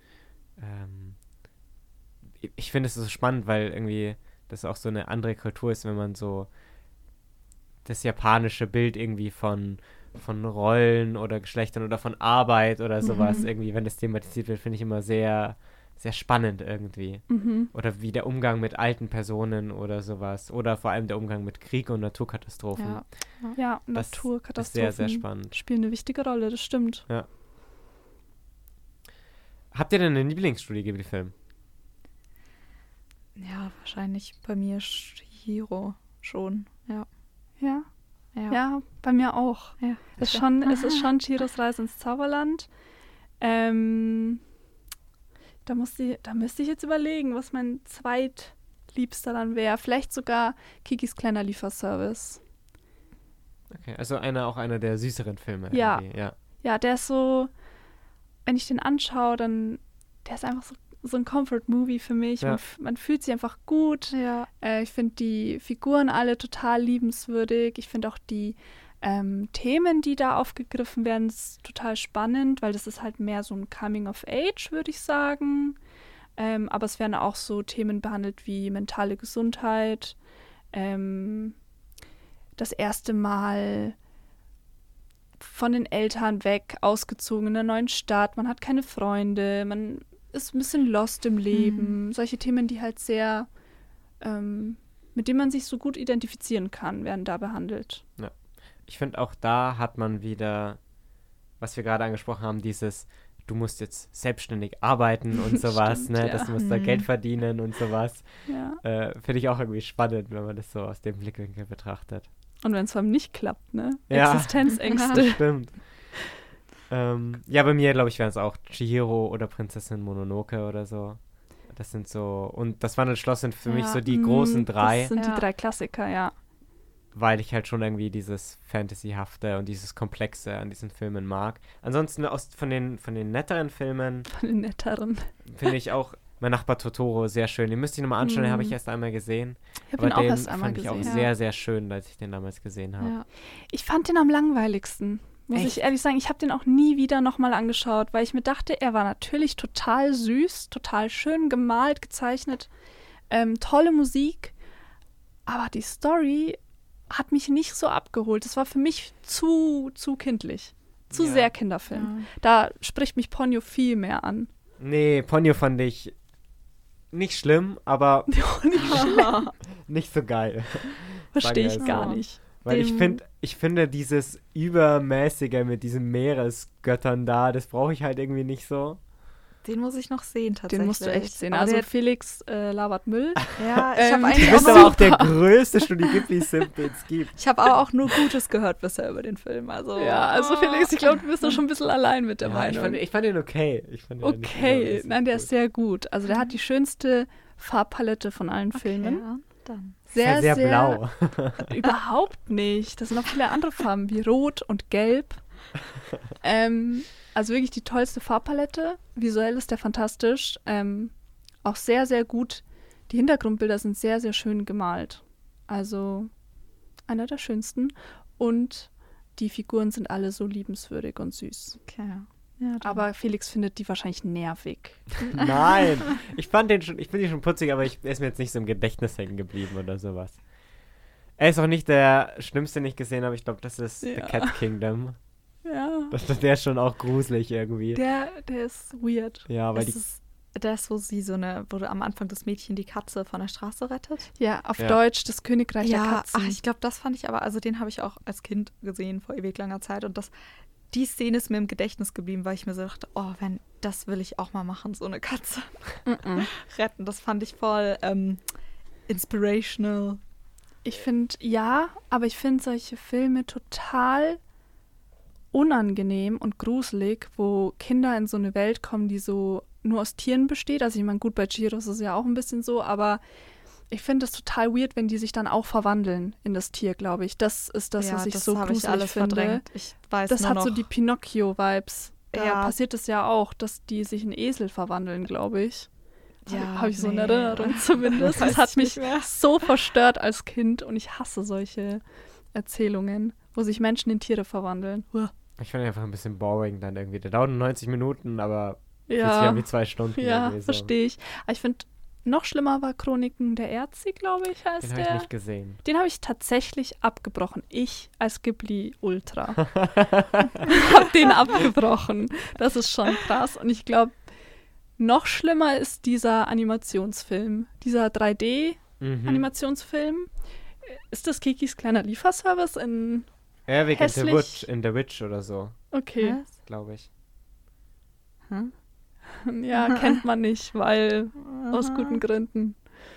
ich finde es so spannend, weil irgendwie das auch so eine andere Kultur ist, wenn man so das japanische Bild irgendwie von Rollen oder Geschlechtern oder von Arbeit oder sowas irgendwie, wenn das thematisiert wird, finde ich immer sehr, sehr spannend irgendwie. Oder wie der Umgang mit alten Personen oder sowas. Oder vor allem der Umgang mit Krieg und Naturkatastrophen. Ja. Ja, Das ist Naturkatastrophen sehr, sehr spannend. spielen eine wichtige Rolle, das stimmt. Habt ihr denn einen Lieblingsstudio Ghibli-Film? Ja, wahrscheinlich bei mir Chihiro schon. Ja. Ja, Ja. ja, bei mir auch. Ja. Es ist schon Chihiros Reise ins Zauberland. Da müsste ich jetzt überlegen, was mein zweitliebster dann wäre. Vielleicht sogar Kikis kleiner Lieferservice. Okay, also auch einer der süßeren Filme. Ja. irgendwie, ja. Ja, der ist so, wenn ich den anschaue, dann, der ist einfach so ein Comfort-Movie für mich. Ja. Man fühlt sich einfach gut. Ja. Ich finde die Figuren alle total liebenswürdig. Ich finde auch die Themen, die da aufgegriffen werden, total spannend, weil das ist halt mehr so ein Coming-of-Age, würde ich sagen. Aber es werden auch so Themen behandelt wie mentale Gesundheit, das erste Mal von den Eltern weg, ausgezogen in einer neuen Stadt, man hat keine Freunde, man ist ein bisschen lost im Leben. Solche Themen, die halt sehr, mit denen man sich so gut identifizieren kann, werden da behandelt. Ja. Ich finde, auch da hat man wieder, was wir gerade angesprochen haben, dieses, du musst jetzt selbstständig arbeiten und sowas, Stimmt, ne? ja. Dass du musst da Geld verdienen und sowas. Ja. Finde ich auch irgendwie spannend, wenn man das so aus dem Blickwinkel betrachtet. Und wenn es vor allem nicht klappt, ne? Ja. Existenzängste. Stimmt. Ja, bei mir, glaube ich, wären es auch Chihiro oder Prinzessin Mononoke oder so. Das sind so, und das Wandelschloss sind für mich so die großen drei, Das sind Ja. die drei Klassiker, ja. weil ich halt schon irgendwie dieses Fantasyhafte und dieses Komplexe an diesen Filmen mag. Ansonsten von den netteren Filmen Von den netteren. finde ich auch Mein Nachbar Totoro sehr schön. Den müsste ich nochmal anschauen, den habe ich erst einmal gesehen. Ich habe ihn Aber auch den erst einmal fand ich gesehen. auch sehr, sehr schön, als ich den damals gesehen habe. Ja. Ich fand den am langweiligsten, muss Echt? ich ehrlich sagen. Ich habe den auch nie wieder nochmal angeschaut, weil ich mir dachte, er war natürlich total süß, total schön gemalt, gezeichnet, tolle Musik, aber die Story hat mich nicht so abgeholt. Es war für mich zu kindlich, zu Ja. sehr Kinderfilm. Da spricht mich Ponyo viel mehr an. Nee, Ponyo fand ich nicht schlimm, aber nicht so geil. Verstehe ich Sagen wir gar so. nicht. Weil Dem- ich finde dieses Übermäßige mit diesen Meeresgöttern da, das brauche ich halt irgendwie nicht so. Den muss ich noch sehen, tatsächlich. Den musst du echt sehen. Aber Also der, Felix labert Müll. ja, ich habe Du Du eigentlich bist auch aber nur, auch der größte Studio Ghibli-Simp, den es gibt. ich habe aber auch nur Gutes gehört bisher über den Film. Also, Ja, also Felix, ich glaube, du bist da schon ein bisschen allein mit der Ja, Meinung. ich fand den okay. Ich fand den nicht Okay, übermäßig nein, der gut. ist sehr gut. Also der hat die schönste Farbpalette von allen Filmen. Ja, dann. Ist ja sehr blau. Überhaupt nicht. Das sind noch viele andere Farben wie Rot und Gelb. Also wirklich die tollste Farbpalette. Visuell ist der fantastisch. Auch sehr, sehr gut. Die Hintergrundbilder sind sehr, sehr schön gemalt. Also einer der schönsten. Und die Figuren sind alle so liebenswürdig und süß. Okay. Ja, dann. Aber Felix findet die wahrscheinlich nervig. Nein, ich finde den schon putzig, aber er ist mir jetzt nicht so im Gedächtnis hängen geblieben oder sowas. Er ist auch nicht der schlimmste, den ich gesehen habe. Ich glaube, das ist The Ja. Cat Kingdom. Ja. Der ist schon auch gruselig irgendwie. Der ist weird. Ja, weil ist es das, wo sie wo am Anfang das Mädchen die Katze von der Straße rettet? Ja, auf Ja. Deutsch das Königreich der Ja, Katzen. ach, ich glaube, das fand ich aber, also den habe ich auch als Kind gesehen vor ewig langer Zeit und die Szene ist mir im Gedächtnis geblieben, weil ich mir so dachte, oh, das will ich auch mal machen, so eine Katze retten. Das fand ich voll inspirational. Ich finde, ja, aber ich finde solche Filme total unangenehm und gruselig, wo Kinder in so eine Welt kommen, die so nur aus Tieren besteht. Also ich meine, gut, bei Chihiro ist es ja auch ein bisschen so, aber ich finde es total weird, wenn die sich dann auch verwandeln in das Tier, glaube ich. Das ist das, was ich so habe gruselig ich alles finde. verdrängt. Ich weiß Das nur hat noch, so die Pinocchio-Vibes. Da Ja. passiert es ja auch, dass die sich in Esel verwandeln, glaube ich. Ja, Habe ich so in nee. Erinnerung zumindest. Weiß Das hat ich mich nicht mehr. so verstört als Kind und ich hasse solche Erzählungen, wo sich Menschen in Tiere verwandeln. Uah. ich fand ihn einfach ein bisschen boring dann irgendwie. Der dauert nur 90 Minuten, aber fühlt sich Ja, an wie 2 Stunden. ja, irgendwie so. verstehe ich. Aber ich finde, noch schlimmer war Chroniken der Erzi, glaube ich, heißt Den habe ich der. nicht gesehen. Den habe ich tatsächlich abgebrochen. Ich als Ghibli-Ultra habe den abgebrochen. Das ist schon krass. Und ich glaube, noch schlimmer ist dieser Animationsfilm. Dieser 3D-Animationsfilm. Ist das Kikis kleiner Lieferservice in... Erwig hässlich. in The Witch oder so, Okay. Was? glaube ich. Hm? Ja, kennt man nicht, weil... Aus guten Gründen.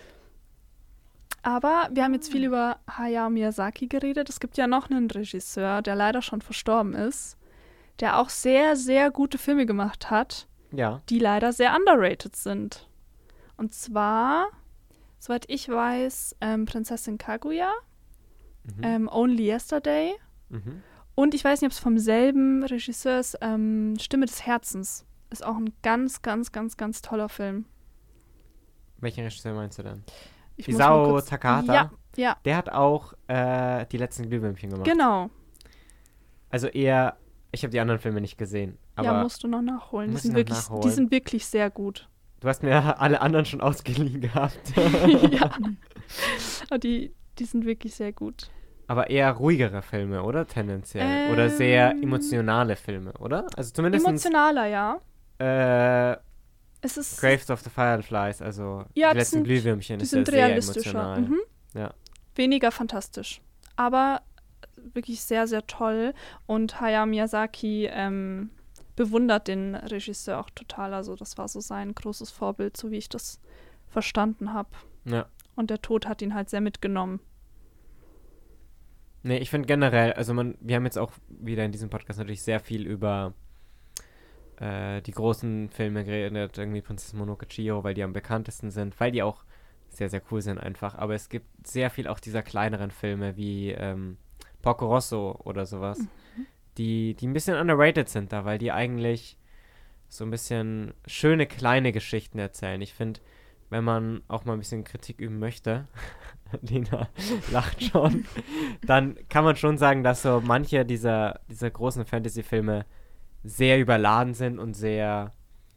Aber wir haben jetzt viel über Hayao Miyazaki geredet. Es gibt ja noch einen Regisseur, der leider schon verstorben ist, der auch sehr, sehr gute Filme gemacht hat, Ja. die leider sehr underrated sind. Und zwar, soweit ich weiß, Prinzessin Kaguya, Only Yesterday Mhm. und ich weiß nicht, ob es vom selben Regisseur ist, Stimme des Herzens. Ist auch ein ganz, ganz, ganz, ganz toller Film. Welchen Regisseur meinst du denn? Ich muss mal Isao kurz- Takahata? Ja, ja, Der hat auch die letzten Glühwürmchen gemacht. genau. Also eher, ich habe die anderen Filme nicht gesehen. Aber Ja, musst du noch nachholen. Die Muss sind, ich noch wirklich, nachholen? die sind wirklich sehr gut. du hast mir alle anderen schon ausgeliehen gehabt. Ja. Aber die sind wirklich sehr gut. Aber eher ruhigere Filme, oder? Tendenziell. Oder sehr emotionale Filme, oder? Also zumindest Emotionaler, ja. Graves Es ist of the Fireflies, also Ja, die die letzten sind- Glühwürmchen die ist ja sind sehr realistischer. emotional. Mhm. Ja. Weniger fantastisch. Aber wirklich sehr, sehr toll. Und Hayao Miyazaki bewundert den Regisseur auch total. Also das war so sein großes Vorbild, so wie ich das verstanden habe. Ja. Und der Tod hat ihn halt sehr mitgenommen. Nee, ich finde generell, also wir haben jetzt auch wieder in diesem Podcast natürlich sehr viel über die großen Filme geredet, irgendwie Prinzessin Mononoke, Chihiro, weil die am bekanntesten sind, weil die auch sehr, sehr cool sind einfach. Aber es gibt sehr viel auch dieser kleineren Filme wie Porco Rosso oder sowas, die ein bisschen underrated sind da, weil die eigentlich so ein bisschen schöne kleine Geschichten erzählen. Ich finde, wenn man auch mal ein bisschen Kritik üben möchte, Lena lacht schon, dann kann man schon sagen, dass so manche dieser großen Fantasy-Filme sehr überladen sind und sehr,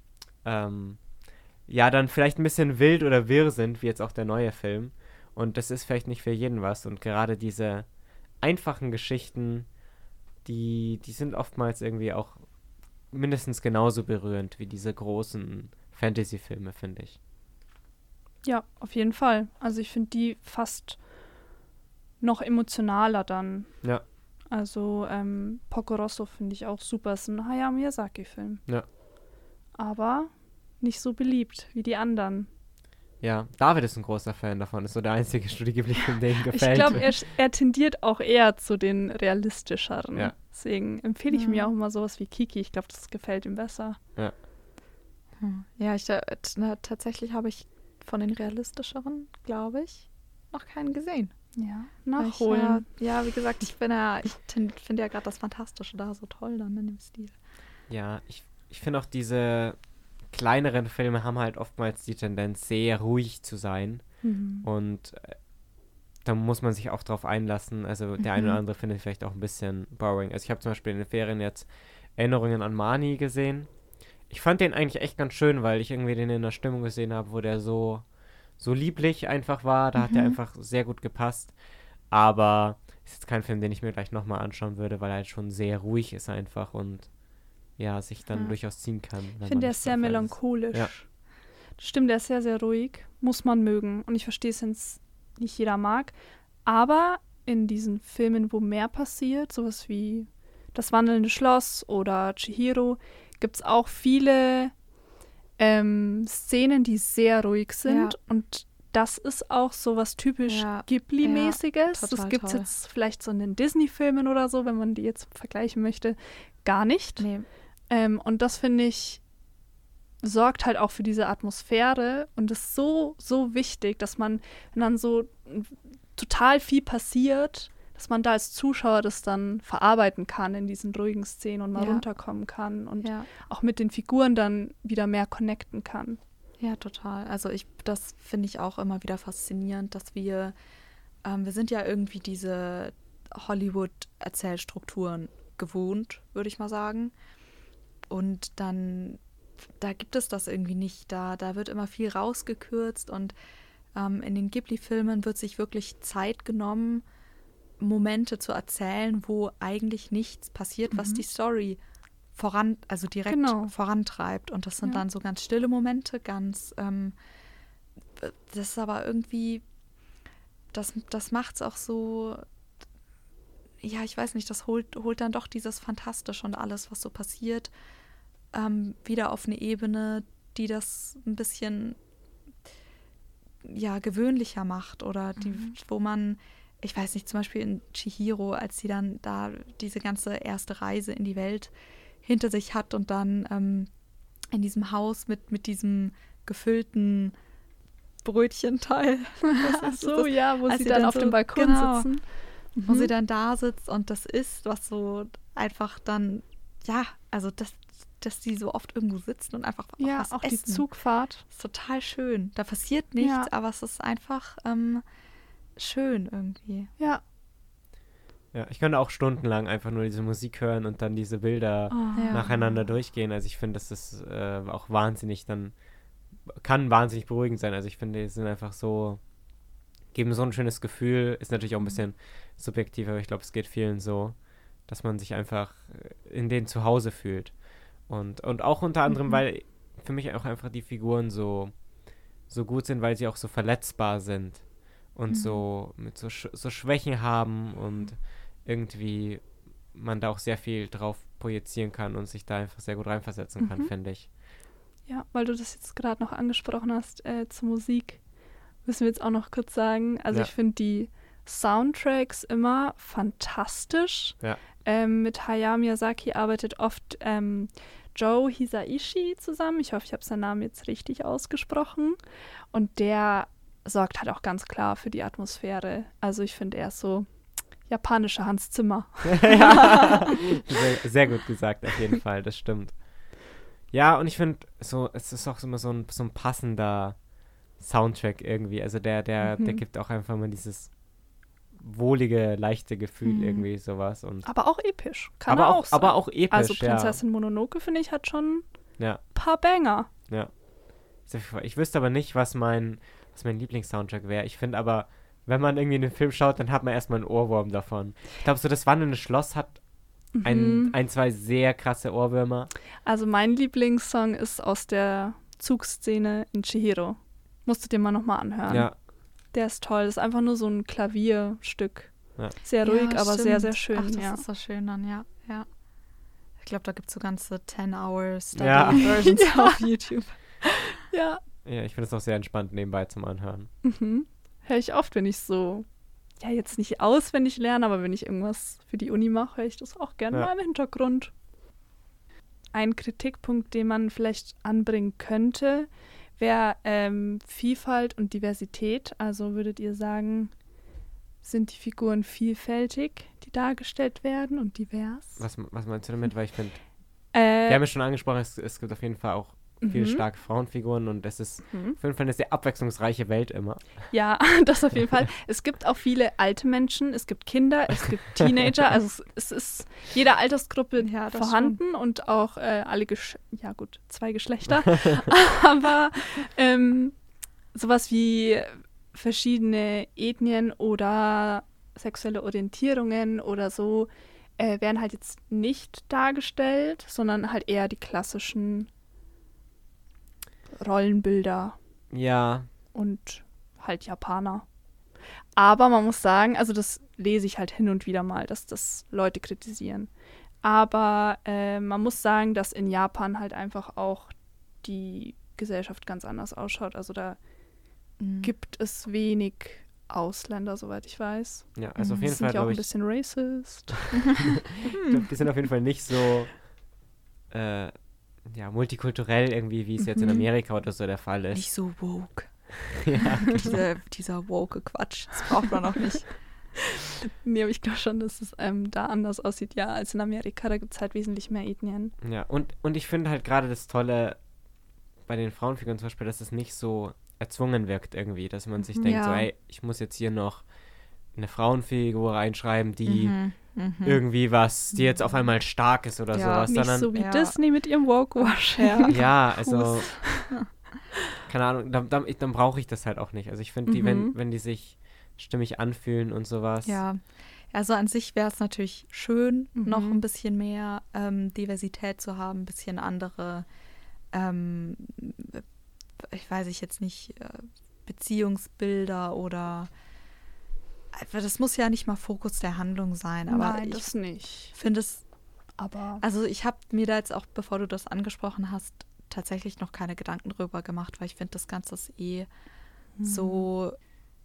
ja, dann vielleicht ein bisschen wild oder wirr sind, wie jetzt auch der neue Film. Und das ist vielleicht nicht für jeden was. Und gerade diese einfachen Geschichten, die sind oftmals irgendwie auch mindestens genauso berührend wie diese großen Fantasy-Filme, finde ich. Ja, auf jeden Fall. Also ich finde die fast noch emotionaler dann. Ja. Also Porco Rosso finde ich auch super. Ist ein Hayao Miyazaki-Film. Ja. Aber nicht so beliebt wie die anderen. Ja, David ist ein großer Fan davon. Ist so der einzige Studio Ghibli-Film, der ihm Ich gefällt. glaube, er tendiert auch eher zu den realistischeren. Ja. Deswegen empfehle ich mir auch immer sowas wie Kiki. Ich glaube, das gefällt ihm besser. Ja, tatsächlich habe ich von den realistischeren, glaube ich, noch keinen gesehen. Ja, Weil nachholen. wie gesagt, ich finde ja gerade das Fantastische da so toll dann in dem Stil. Ja, ich finde auch diese kleineren Filme haben halt oftmals die Tendenz, sehr ruhig zu sein. Und da muss man sich auch drauf einlassen. Also der eine oder andere findet vielleicht auch ein bisschen boring. Also ich habe zum Beispiel in den Ferien jetzt Erinnerungen an Mani gesehen. Ich fand den eigentlich echt ganz schön, weil ich irgendwie den in einer Stimmung gesehen habe, wo der so lieblich einfach war. Da hat der einfach sehr gut gepasst. Aber ist jetzt kein Film, den ich mir gleich nochmal anschauen würde, weil er halt schon sehr ruhig ist einfach und ja, sich dann durchaus ziehen kann. Ich finde, der ist sehr melancholisch. Ja. Stimmt, der ist sehr, sehr ruhig. Muss man mögen. Und ich verstehe es, wenn es nicht jeder mag. Aber in diesen Filmen, wo mehr passiert, sowas wie Das wandelnde Schloss oder Chihiro, gibt es auch viele Szenen, die sehr ruhig sind. Ja. Und das ist auch so was typisch Ja. Ghibli-mäßiges. Ja, das total gibt es toll. jetzt vielleicht so in den Disney-Filmen oder so, wenn man die jetzt vergleichen möchte, gar nicht. Nee. Und das, finde ich, sorgt halt auch für diese Atmosphäre und ist so, so wichtig, dass man, wenn dann so total viel passiert, dass man da als Zuschauer das dann verarbeiten kann in diesen ruhigen Szenen und mal Ja. runterkommen kann und Ja. auch mit den Figuren dann wieder mehr connecten kann. Ja, total. Also das finde ich auch immer wieder faszinierend, dass wir sind ja irgendwie diese Hollywood-Erzählstrukturen gewohnt, würde ich mal sagen. Und dann, da gibt es das irgendwie nicht. Da wird immer viel rausgekürzt und in den Ghibli-Filmen wird sich wirklich Zeit genommen, Momente zu erzählen, wo eigentlich nichts passiert, was die Story direkt vorantreibt. Und das sind dann so ganz stille Momente, das ist aber irgendwie, das macht es auch so, ja, ich weiß nicht, das holt dann doch dieses Fantastische und alles, was so passiert, wieder auf eine Ebene, die das ein bisschen, ja, gewöhnlicher macht oder wo man, ich weiß nicht, zum Beispiel in Chihiro, als sie dann da diese ganze erste Reise in die Welt hinter sich hat und dann in diesem Haus mit diesem gefüllten Brötchenteil. Ach so, ja, wo Als sie sie dann dann auf so- dem Balkon genau. sitzen. Wo sie dann da sitzt und das isst, was so einfach dann, ja, also dass die so oft irgendwo sitzen und einfach Ja, was auch essen. die Zugfahrt. Ist total schön. Da passiert nichts, Ja. aber es ist einfach schön irgendwie. Ja. Ja, ich könnte auch stundenlang einfach nur diese Musik hören und dann diese Bilder Ja. nacheinander durchgehen. Also ich finde, das ist auch wahnsinnig kann wahnsinnig beruhigend sein. Also ich finde, die sind einfach so, geben so ein schönes Gefühl. Ist natürlich auch ein bisschen subjektiv, aber ich glaube, es geht vielen so, dass man sich einfach in denen zu Hause fühlt. Und auch unter anderem, weil für mich auch einfach die Figuren so gut sind, weil sie auch so verletzbar sind und so mit so Schwächen haben und irgendwie man da auch sehr viel drauf projizieren kann und sich da einfach sehr gut reinversetzen kann, finde ich. Ja, weil du das jetzt gerade noch angesprochen hast zur Musik, müssen wir jetzt auch noch kurz sagen. Also Ja. ich finde die Soundtracks immer fantastisch. Ja. Mit Hayao Miyazaki arbeitet oft Joe Hisaishi zusammen. Ich hoffe, ich habe seinen Namen jetzt richtig ausgesprochen. Und der sorgt halt auch ganz klar für die Atmosphäre. Also ich finde, er ist so japanischer Hans Zimmer. Ja. Sehr gut gesagt, auf jeden Fall, das stimmt. Ja, und ich finde, so, es ist auch immer so ein passender Soundtrack irgendwie. Also der gibt auch einfach mal dieses wohlige, leichte Gefühl irgendwie sowas. Und Aber auch episch. Kann er auch sein. aber auch episch, Also Prinzessin Mononoke, finde ich, hat schon ja. ein paar Banger. Ja. Ich wüsste aber nicht, was mein Lieblingssoundtrack wäre. Ich finde aber, wenn man irgendwie einen Film schaut, dann hat man erstmal einen Ohrwurm davon. Ich glaube, so das Wandelnde Schloss hat zwei sehr krasse Ohrwürmer. Also mein Lieblingssong ist aus der Zugszene in Chihiro. Musst du dir mal nochmal anhören. Ja. Der ist toll. Das ist einfach nur so ein Klavierstück. Ja. Sehr ruhig, Ja, aber stimmt. sehr, sehr schön. Ach, das ja. ist so schön dann, ja. Ich glaube, da gibt es so ganze 10-Hour Ja. Study-Versions auf YouTube. Ja. Ja, ich finde es auch sehr entspannt nebenbei zum Anhören. Höre ich oft, wenn ich so, ja, jetzt nicht auswendig lerne, aber wenn ich irgendwas für die Uni mache, höre ich das auch gerne mal im Hintergrund. Ein Kritikpunkt, den man vielleicht anbringen könnte, wäre Vielfalt und Diversität. Also würdet ihr sagen, sind die Figuren vielfältig, die dargestellt werden und divers? Was meinst du damit? Weil ich finde, wir haben ja schon angesprochen, es gibt auf jeden Fall auch viele starke Frauenfiguren und es ist auf jeden Fall eine sehr abwechslungsreiche Welt immer. Ja, das auf jeden Fall. Es gibt auch viele alte Menschen, es gibt Kinder, es gibt Teenager, also es ist jede Altersgruppe Ja, das vorhanden und auch zwei Geschlechter, aber sowas wie verschiedene Ethnien oder sexuelle Orientierungen oder so werden halt jetzt nicht dargestellt, sondern halt eher die klassischen Rollenbilder Ja, und halt Japaner. Aber man muss sagen, also das lese ich halt hin und wieder mal, dass das Leute kritisieren. Aber man muss sagen, dass in Japan halt einfach auch die Gesellschaft ganz anders ausschaut. Also da gibt es wenig Ausländer, soweit ich weiß. ja, also auf jeden Sind Fall, ja auch glaube ein ich, bisschen racist. ich glaub, die sind auf jeden Fall nicht so multikulturell irgendwie, wie es jetzt in Amerika oder so der Fall ist. Nicht so woke. Ja, Dieser woke Quatsch, das braucht man auch nicht. Nee, aber ich glaube schon, dass es da anders aussieht, ja, als in Amerika. Da gibt es halt wesentlich mehr Ethnien. ja. Und ich finde halt gerade das Tolle bei den Frauenfiguren zum Beispiel, dass es nicht so erzwungen wirkt irgendwie, dass man sich denkt, so, ey, ich muss jetzt hier noch eine Frauenfigur reinschreiben, die irgendwie die jetzt auf einmal stark ist oder sowas, Nicht sondern so wie Disney mit ihrem Woke-Wash. ja, also keine Ahnung, dann brauche ich das halt auch nicht. Also ich finde, wenn die sich stimmig anfühlen und sowas. Ja, also an sich wäre es natürlich schön, noch ein bisschen mehr Diversität zu haben, ein bisschen andere, ich weiß jetzt nicht, Beziehungsbilder oder das muss ja nicht mal Fokus der Handlung sein, aber Nein, ich das nicht. finde es, Aber also ich habe mir da jetzt auch, bevor du das angesprochen hast, tatsächlich noch keine Gedanken drüber gemacht, weil ich finde, das Ganze ist so,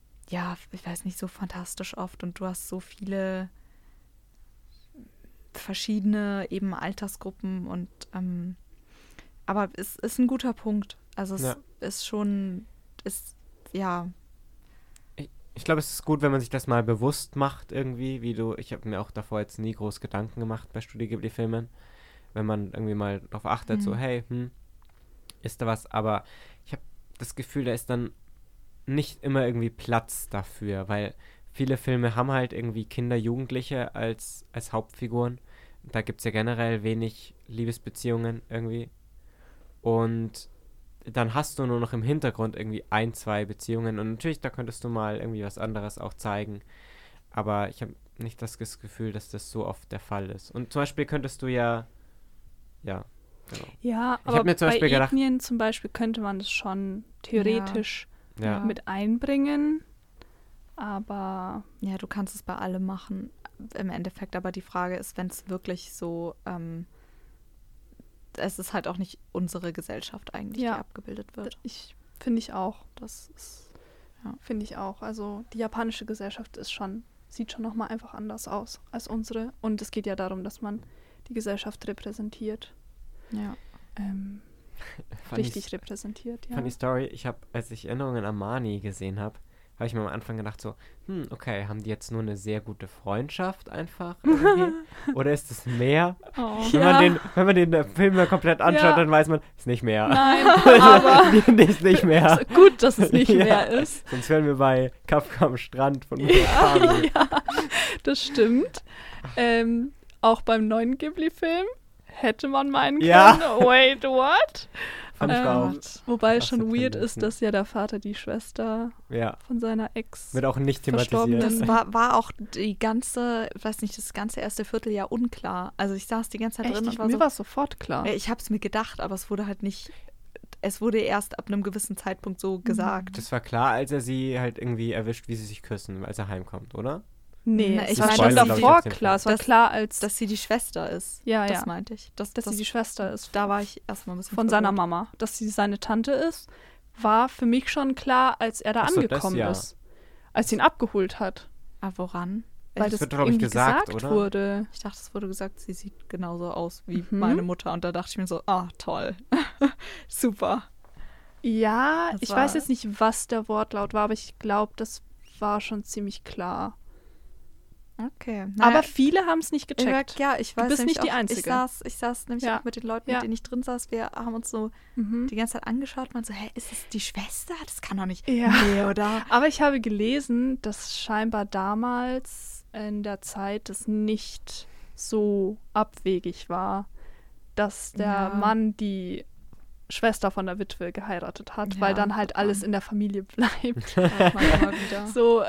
ja, ich weiß nicht, so fantastisch oft und du hast so viele verschiedene eben Altersgruppen und aber es ist ein guter Punkt. Also es ist schon, ja. Ich glaube, es ist gut, wenn man sich das mal bewusst macht irgendwie, ich habe mir auch davor jetzt nie groß Gedanken gemacht bei Studio Ghibli-Filmen, wenn man irgendwie mal darauf achtet, so hey, ist da was, aber ich habe das Gefühl, da ist dann nicht immer irgendwie Platz dafür, weil viele Filme haben halt irgendwie Kinder, Jugendliche als Hauptfiguren. Da gibt es ja generell wenig Liebesbeziehungen irgendwie. Und dann hast du nur noch im Hintergrund irgendwie 1, 2 Beziehungen. Und natürlich, da könntest du mal irgendwie was anderes auch zeigen. Aber ich habe nicht das Gefühl, dass das so oft der Fall ist. Und zum Beispiel könntest du ja, genau. Ja, Ich hab aber mir zum bei Beispiel gedacht- Ethnien zum Beispiel könnte man das schon theoretisch Ja. mit einbringen. Aber Ja, du kannst es bei allem machen, im Endeffekt. Aber die Frage ist, wenn es wirklich so, es ist halt auch nicht unsere Gesellschaft eigentlich, Ja. die abgebildet wird. finde ich auch. Das ist, finde ich auch. Also die japanische Gesellschaft sieht schon nochmal einfach anders aus als unsere. Und es geht ja darum, dass man die Gesellschaft repräsentiert. Ja. Richtig repräsentiert, ja. Funny Story, als ich Erinnerungen an Mani gesehen habe ich mir am Anfang gedacht so, okay, haben die jetzt nur eine sehr gute Freundschaft einfach irgendwie? Oder ist es mehr? Oh. Wenn man den Film dann komplett anschaut, dann weiß man, ist nicht mehr. Nein, aber ist nicht mehr. gut, dass es nicht Ja. mehr ist. Sonst wären wir bei Kafka am Strand von Murakami. Ja, das stimmt. Auch beim neuen Ghibli-Film hätte man meinen können, Ja. wait, what? Fand ich auch. Wobei es Krasse schon weird Tendenzen. ist, dass ja der Vater die Schwester Ja, von seiner Ex wird auch nicht Verstorbenen. thematisiert. Das war auch das ganze erste Vierteljahr unklar. Also ich saß die ganze Zeit Echt, drin und war mir so, war es sofort klar. ich habe es mir gedacht, aber es wurde halt nicht, es wurde erst ab einem gewissen Zeitpunkt so gesagt. Das war klar, als er sie halt irgendwie erwischt, wie sie sich küssen, als er heimkommt, oder? Nee, Na, es ich war meine, schon das ist davor auf jeden klar. Fall. Es war Dass- klar, als Dass sie die Schwester ist. Ja, das ja. meinte ich. dass sie die Schwester ist Da war ich erstmal ein bisschen von seiner verwirrt. Mama. Dass sie seine Tante ist, war für mich schon klar, als er da Ach so, das angekommen ja. ist. Als sie ihn abgeholt hat. Ah, woran? Weil Das das wird, glaub ich, irgendwie gesagt, gesagt oder? wurde. Ich dachte, es wurde gesagt, sie sieht genauso aus wie Mhm. meine Mutter. Und da dachte ich mir so, toll. Super. Ja, Das ich war- weiß jetzt nicht, was der Wortlaut war, aber ich glaube, das war schon ziemlich klar. Okay. Aber viele haben es nicht gecheckt. Ja, ich weiß bist nämlich nicht die auch, Einzige. Ich saß nämlich Ja. auch mit den Leuten, Ja. mit denen ich drin saß. Wir haben uns so Mhm. die ganze Zeit angeschaut. Man so, ist es die Schwester? Das kann doch nicht. Ja. Nee, oder? Aber ich habe gelesen, dass scheinbar damals in der Zeit es nicht so abwegig war, dass der Ja. Mann die Schwester von der Witwe geheiratet hat, Ja, weil dann halt Gott, alles Mann. in der Familie bleibt. Hört man immer wieder. So,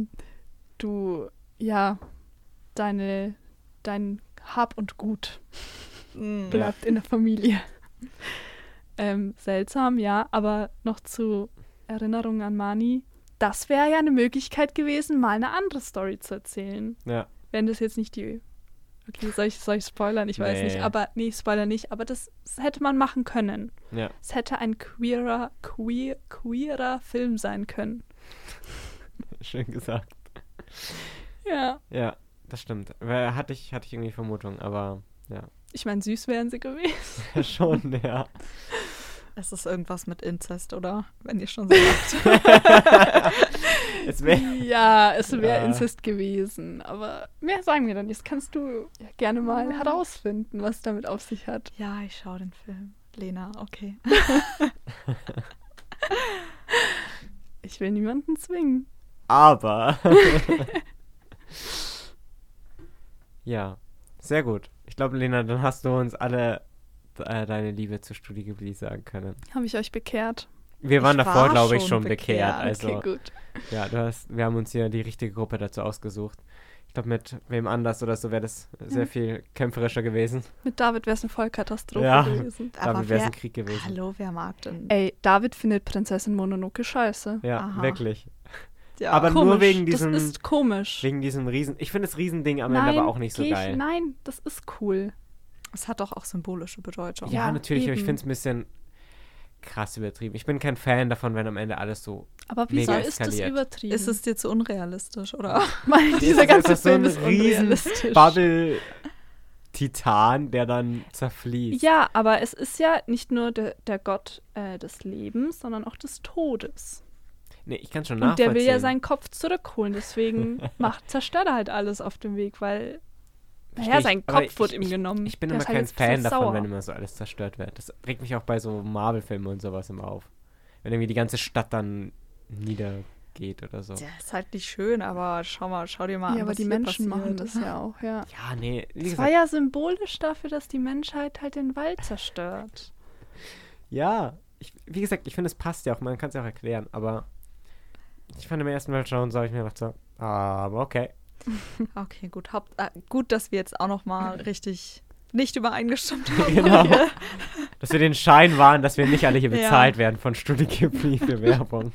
dein Hab und Gut bleibt in der Familie. Seltsam, ja, aber noch zu Erinnerung an Mani. Das wäre ja eine Möglichkeit gewesen, mal eine andere Story zu erzählen. Ja. Wenn das jetzt nicht die... Okay, soll ich spoilern? Ich weiß Nee. nicht. Aber, nee, Spoiler nicht. Aber das hätte man machen können. Ja. Es hätte ein queerer Film sein können. Schön gesagt. Ja. Ja, das stimmt. Hatte ich irgendwie Vermutung, aber ja. Ich meine, süß wären sie gewesen. Schon, ja. Es ist irgendwas mit Inzest, oder? Wenn ihr schon so sagt. Es wäre Ja, es wäre Ja. Inzest gewesen. Aber mehr sagen wir dann. Jetzt kannst du ja gerne mal herausfinden, was damit auf sich hat. Ja, ich schaue den Film. Lena, okay. Ich will niemanden zwingen. aber. Ja, sehr gut. Ich glaube, Lena, dann hast du uns alle deine Liebe zu Studio Ghibli sagen können. Habe ich euch bekehrt? Wir waren Ich davor, war glaube ich, schon schon bekehrt. bekehrt. Also, Okay, gut. ja, wir haben uns hier die richtige Gruppe dazu ausgesucht. Ich glaube, mit wem anders oder so wäre das sehr viel kämpferischer gewesen. Mit David wäre es eine Vollkatastrophe Ja. gewesen. Damit wäre es ein Krieg gewesen. Hallo, wer mag denn? Ey, David findet Prinzessin Mononoke scheiße. Ja, Aha. wirklich. Ja. aber Komisch. nur wegen diesem, Das ist komisch. wegen diesem Riesen. Ich finde das Riesending am Ende aber auch nicht so geil. Nein, das ist cool. Es hat doch auch symbolische Bedeutung. Ja, Ja, natürlich, aber ich eben. finde es ein bisschen krass übertrieben. Ich bin kein Fan davon, wenn am Ende alles so. Aber wieso Mega ist das eskaliert. übertrieben? Ist es dir zu unrealistisch, oder? Weil dieser Das ganze ist so Film ein ist riesen unrealistisch. Bubble-Tier Titan, der dann zerfließt. Ja, aber es ist ja nicht nur der Gott des Lebens, sondern auch des Todes. Nee, ich kann schon Und nachvollziehen. der will ja seinen Kopf zurückholen, deswegen zerstört er halt alles auf dem Weg, weil sein Kopf wird ihm genommen. Ich bin Der immer ist halt kein jetzt ein bisschen Fan davon, sauer. wenn immer so alles zerstört wird. Das regt mich auch bei so Marvel-Filmen und sowas immer auf. Wenn irgendwie die ganze Stadt dann niedergeht oder so. Ja, ist halt nicht schön, aber schau dir mal an, Ja, aber was die hier Menschen machen passiert. das ja auch, ja. Ja, nee, wie Es war gesagt, ja symbolisch dafür, dass die Menschheit halt den Wald zerstört. ja. Wie gesagt, ich finde, es passt ja auch, man kann es ja auch erklären, aber ich fand im ersten Mal schauen, so habe ich mir gedacht so, aber okay. Okay, gut. Gut, dass wir jetzt auch noch mal richtig nicht übereingestimmt haben. Genau. Hier. Dass wir den Schein wahren, dass wir nicht alle hier Ja. bezahlt werden von Studio Ghibli für Werbung.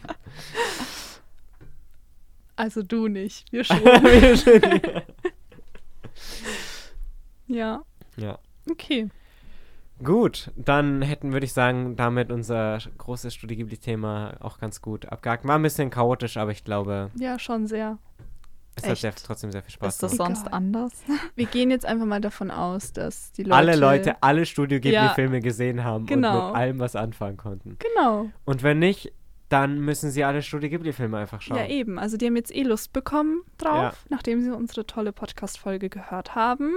Also du nicht, wir schon. Ja, Ja. okay. Gut, dann würde ich sagen, damit unser großes Studio Ghibli-Thema auch ganz gut abgehakt. War ein bisschen chaotisch, aber ich glaube, Ja, schon sehr. es hat Echt? trotzdem sehr viel Spaß Ist das gemacht. sonst Egal. anders? Wir gehen jetzt einfach mal davon aus, dass die Leute... Alle Studio Ghibli-Filme gesehen haben genau. und mit allem was anfangen konnten. Genau. Und wenn nicht, dann müssen sie alle Studio Ghibli-Filme einfach schauen. Ja, eben. Also die haben jetzt Lust bekommen drauf, nachdem sie unsere tolle Podcast-Folge gehört haben.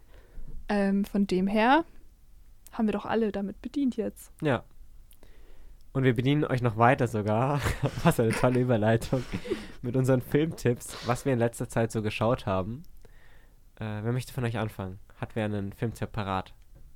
Von dem her haben wir doch alle damit bedient jetzt. Ja. Und wir bedienen euch noch weiter sogar, was eine tolle Überleitung, mit unseren Filmtipps, was wir in letzter Zeit so geschaut haben. Wer möchte von euch anfangen? Hat wer einen Filmtipp parat?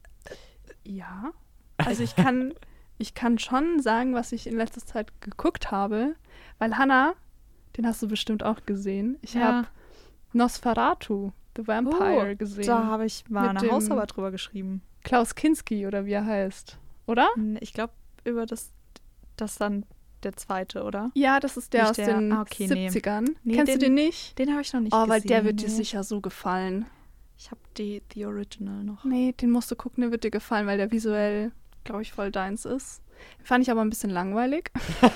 Ja. Also ich kann schon sagen, was ich in letzter Zeit geguckt habe, weil Hannah, den hast du bestimmt auch gesehen. Ich habe Nosferatu, The Vampire, gesehen. Da habe ich mal Mit eine dem- Hausarbeit drüber geschrieben. Klaus Kinski oder wie er heißt, oder? Ich glaube, über das dann der zweite, oder? Ja, das ist der Nicht aus der- den nee. 70ern. Nee, Kennst du den nicht? Den habe ich noch nicht Oh, gesehen. weil der wird dir nee. sicher so gefallen. Ich habe die Original noch. Nee, den musst du gucken, der wird dir gefallen, weil der visuell, glaube ich, voll deins ist. Fand ich aber ein bisschen langweilig.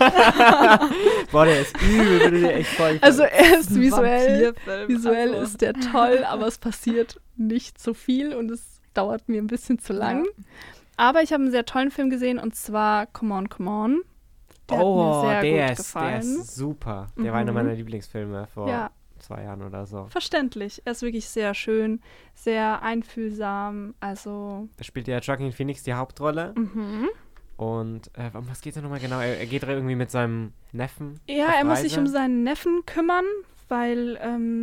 Boah, der ist übel, würde dir echt voll gefallen. Also er ist Ein visuell Vampirfilm, also. ist der toll, aber es passiert nicht so viel und es dauert mir ein bisschen zu lang. Ja. Aber ich habe einen sehr tollen Film gesehen und zwar Come On, Come On. Der hat mir sehr der gut ist gefallen. super. Der war einer Mhm. meiner Lieblingsfilme vor Ja. 2 Jahren oder so. Verständlich. Er ist wirklich sehr schön, sehr einfühlsam. Also, Da spielt ja Joaquin Phoenix die Hauptrolle. Und um was geht es nochmal genau? Er geht irgendwie mit seinem Neffen ja, auf er muss Reise. sich um seinen Neffen kümmern, weil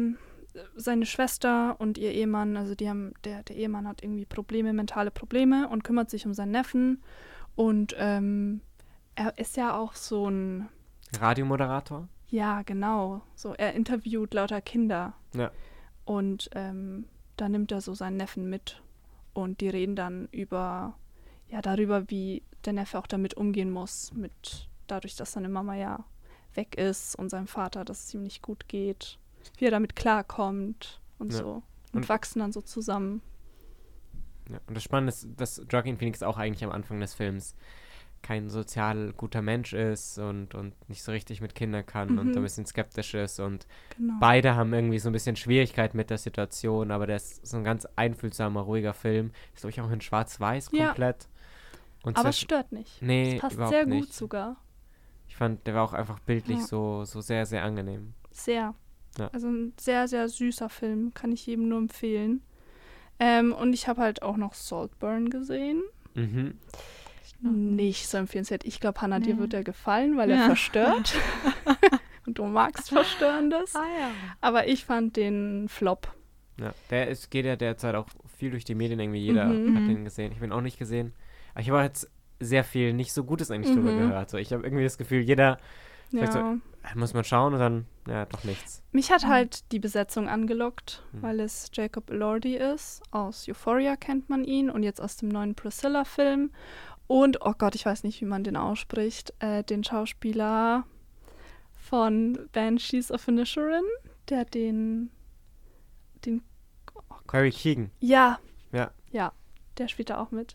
seine Schwester und ihr Ehemann, also die haben, der Ehemann hat irgendwie Probleme, mentale Probleme und kümmert sich um seinen Neffen. Und er ist ja auch so ein, Radiomoderator. ja, genau, so er interviewt lauter Kinder. Ja. Und da nimmt er so seinen Neffen mit und die reden dann darüber, wie der Neffe auch damit umgehen muss, dadurch, dass seine Mama ja weg ist und seinem Vater, dass es ihm nicht gut geht, wie er damit klarkommt und Ja. so. Und Und- wachsen dann so zusammen. Ja. Und das Spannende ist, dass Joaquin Phoenix auch eigentlich am Anfang des Films kein sozial guter Mensch ist und nicht so richtig mit Kindern kann und ein bisschen skeptisch ist und Genau. beide haben irgendwie so ein bisschen Schwierigkeit mit der Situation, aber der ist so ein ganz einfühlsamer, ruhiger Film. Ist, glaube ich, auch in Schwarz-Weiß Ja. komplett. Und Aber es zwischen- stört nicht. Nee, Es passt überhaupt sehr nicht. gut sogar. Ich fand, der war auch einfach bildlich Ja. so sehr, sehr angenehm. Sehr. Ja. Also ein sehr, sehr süßer Film. Kann ich jedem nur empfehlen. Und ich habe halt auch noch Saltburn gesehen. Mhm. Nicht so empfehlenswert. Ich glaube, Hannah, dir Nee. wird er gefallen, weil er Ja. verstört. Und du magst Verstörendes. Ah ja. Aber ich fand den Flop. Ja, geht ja derzeit auch viel durch die Medien, irgendwie jeder hat den gesehen. Ich habe ihn auch nicht gesehen. Aber ich habe jetzt sehr viel nicht so Gutes eigentlich drüber gehört. So, ich habe irgendwie das Gefühl, jeder sagt Ja. so, muss man schauen und dann, ja, doch nichts. Mich hat halt die Besetzung angelockt, Mhm. weil es Jacob Elordi ist. Aus Euphoria kennt man ihn und jetzt aus dem neuen Priscilla-Film. Und, oh Gott, ich weiß nicht, wie man den ausspricht, den Schauspieler von Banshees of Inisherin, der den Corey Keegan. Ja. Ja. Ja, der spielt da auch mit.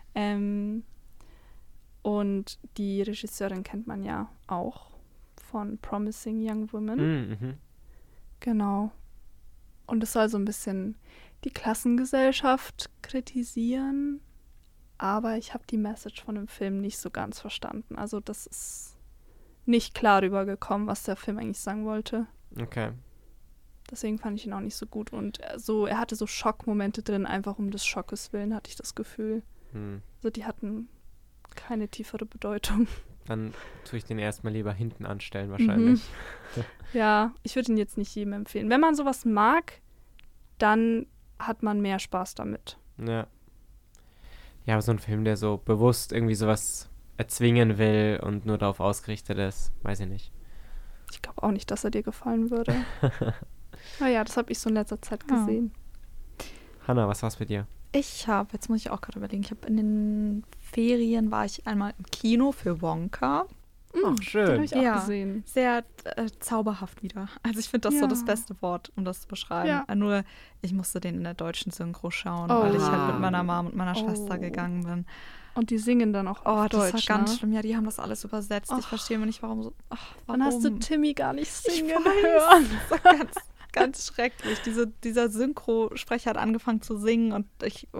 Und die Regisseurin kennt man ja auch von Promising Young Women. Mhm. Genau. Und es soll so ein bisschen die Klassengesellschaft kritisieren, aber ich habe die Message von dem Film nicht so ganz verstanden. Also das ist nicht klar rübergekommen, was der Film eigentlich sagen wollte. Okay. Deswegen fand ich ihn auch nicht so gut. Und er hatte so Schockmomente drin, einfach um des Schockes willen, hatte ich das Gefühl. Also die hatten keine tiefere Bedeutung. Dann tue ich den erstmal lieber hinten anstellen wahrscheinlich. Ja, ich würde ihn jetzt nicht jedem empfehlen. Wenn man sowas mag, dann hat man mehr Spaß damit. Ja. Ja, aber so ein Film, der so bewusst irgendwie sowas erzwingen will und nur darauf ausgerichtet ist, weiß ich nicht. Ich glaube auch nicht, dass er dir gefallen würde. Naja, das habe ich so in letzter Zeit gesehen. Hanna, was war's mit dir? Jetzt muss ich auch gerade überlegen, in den Ferien war ich einmal im Kino für Wonka. Ach, schön. Den habe ich auch gesehen. Sehr zauberhaft wieder. Also ich finde das so das beste Wort, um das zu beschreiben. Ja. Nur, ich musste den in der deutschen Synchro schauen, weil ich halt mit meiner Mom und meiner Schwester gegangen bin. Und die singen dann auch auf das Deutsch, war ganz ne? schlimm. Ja, die haben das alles übersetzt. Ich verstehe immer nicht, warum so. Dann hast du Timmy gar nicht singen hören. Das war ganz, ganz schrecklich. Dieser Synchrosprecher hat angefangen zu singen und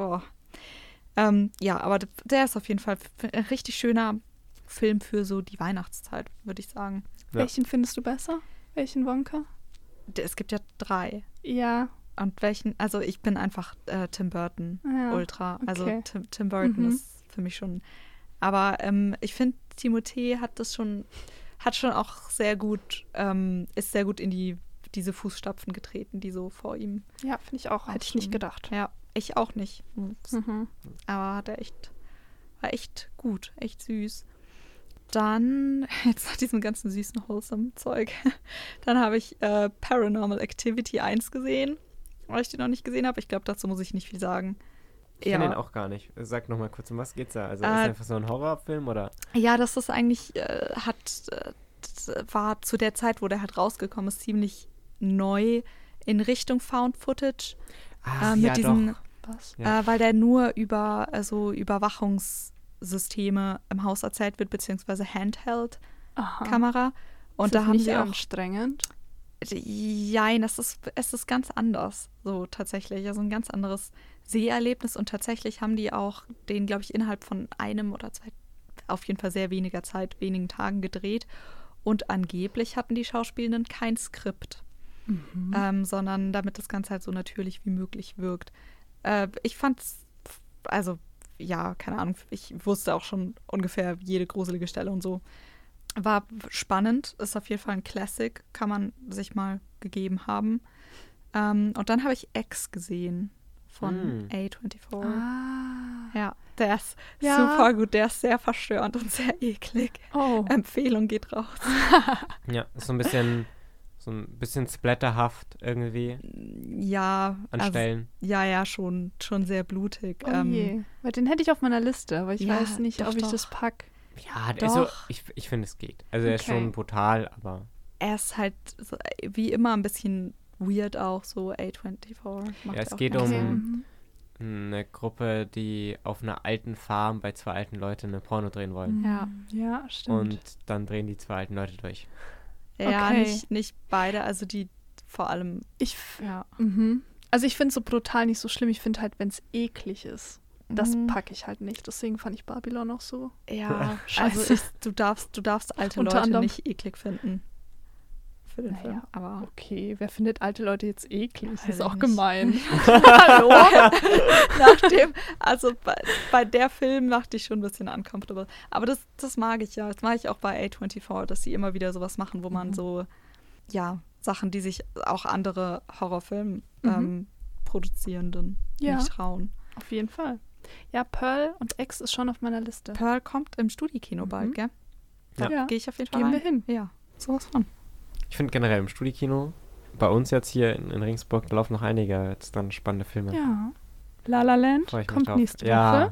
aber der ist auf jeden Fall ein richtig schöner Film für so die Weihnachtszeit, würde ich sagen. Ja. Welchen findest du besser? Welchen Wonka? Es gibt ja 3. Ja. Und also ich bin einfach Tim Burton Ultra. Okay. Also Tim Burton ist für mich schon. Aber ich finde, Timothée hat schon auch sehr gut, ist sehr gut in diese Fußstapfen getreten, die so vor ihm. Ja, finde ich auch. Hätte ich nicht gedacht. Ja, ich auch nicht. Aber war echt gut, echt süß. Dann, jetzt nach diesem ganzen süßen, wholesome Zeug, dann habe ich Paranormal Activity 1 gesehen, weil ich den noch nicht gesehen habe. Ich glaube, dazu muss ich nicht viel sagen. Ich kenne den auch gar nicht. Sag noch mal kurz, um was geht's da? Also ist es einfach so ein Horrorfilm, oder? Ja, das ist eigentlich, war zu der Zeit, wo der halt rausgekommen ist, ziemlich neu in Richtung Found Footage. Mit diesen, weil der nur über Überwachungssysteme im Haus erzählt wird, beziehungsweise Handheld-Kamera. Und da haben sie auch anstrengend. Jein, es ist ganz anders, so tatsächlich. Also ein ganz anderes Seherlebnis. Und tatsächlich haben die auch den, glaube ich, innerhalb von 1 oder 2, auf jeden Fall sehr weniger Zeit, wenigen Tagen gedreht. Und angeblich hatten die Schauspielenden kein Skript, sondern damit das Ganze halt so natürlich wie möglich wirkt. Ich fand's, also ja, keine Ahnung, ich wusste auch schon ungefähr jede gruselige Stelle und so. War spannend, ist auf jeden Fall ein Classic, kann man sich mal gegeben haben. Und dann habe ich X gesehen von A24. Ja, der ist super gut, der ist sehr verstörend und sehr eklig. Empfehlung geht raus. Ja, ist so ein bisschen splatterhaft irgendwie. Ja. An Stellen. Ja, schon sehr blutig. Oh je. Weil den hätte ich auf meiner Liste, aber ich weiß nicht, ob ich das pack. Ja, also ich finde, es geht. Also er ist schon brutal, aber... Er ist halt so, wie immer ein bisschen weird auch, so A24. Ja, es geht um eine Gruppe, die auf einer alten Farm bei 2 alten Leuten eine Porno drehen wollen. Ja, stimmt. Und dann drehen die 2 alten Leute durch. Ja, nicht beide, also die vor allem. Also ich finde es so brutal nicht so schlimm. Ich finde halt, wenn es eklig ist, das packe ich halt nicht. Deswegen fand ich Babylon auch so. Ja, scheiße. Also du darfst alte Leute nicht eklig finden. Für den Film. Aber okay, wer findet alte Leute jetzt eklig? Das ist auch nicht. gemein. Hallo? Bei der Film dachte ich schon ein bisschen uncomfortable. Aber das mag ich ja. Das mag ich auch bei A24, dass sie immer wieder sowas machen, wo man so, Sachen, die sich auch andere Horrorfilm-Produzierenden nicht trauen. Auf jeden Fall. Ja, Pearl und X ist schon auf meiner Liste. Pearl kommt im Studi-Kino bald, gell? Da gehe ich auf jeden Fall Gehen rein. wir hin. Ja, sowas von. Ich finde generell im Studi-Kino, bei uns jetzt hier in Ringsburg, da laufen noch einige jetzt dann spannende Filme. Ja. La La Land kommt nächste Woche.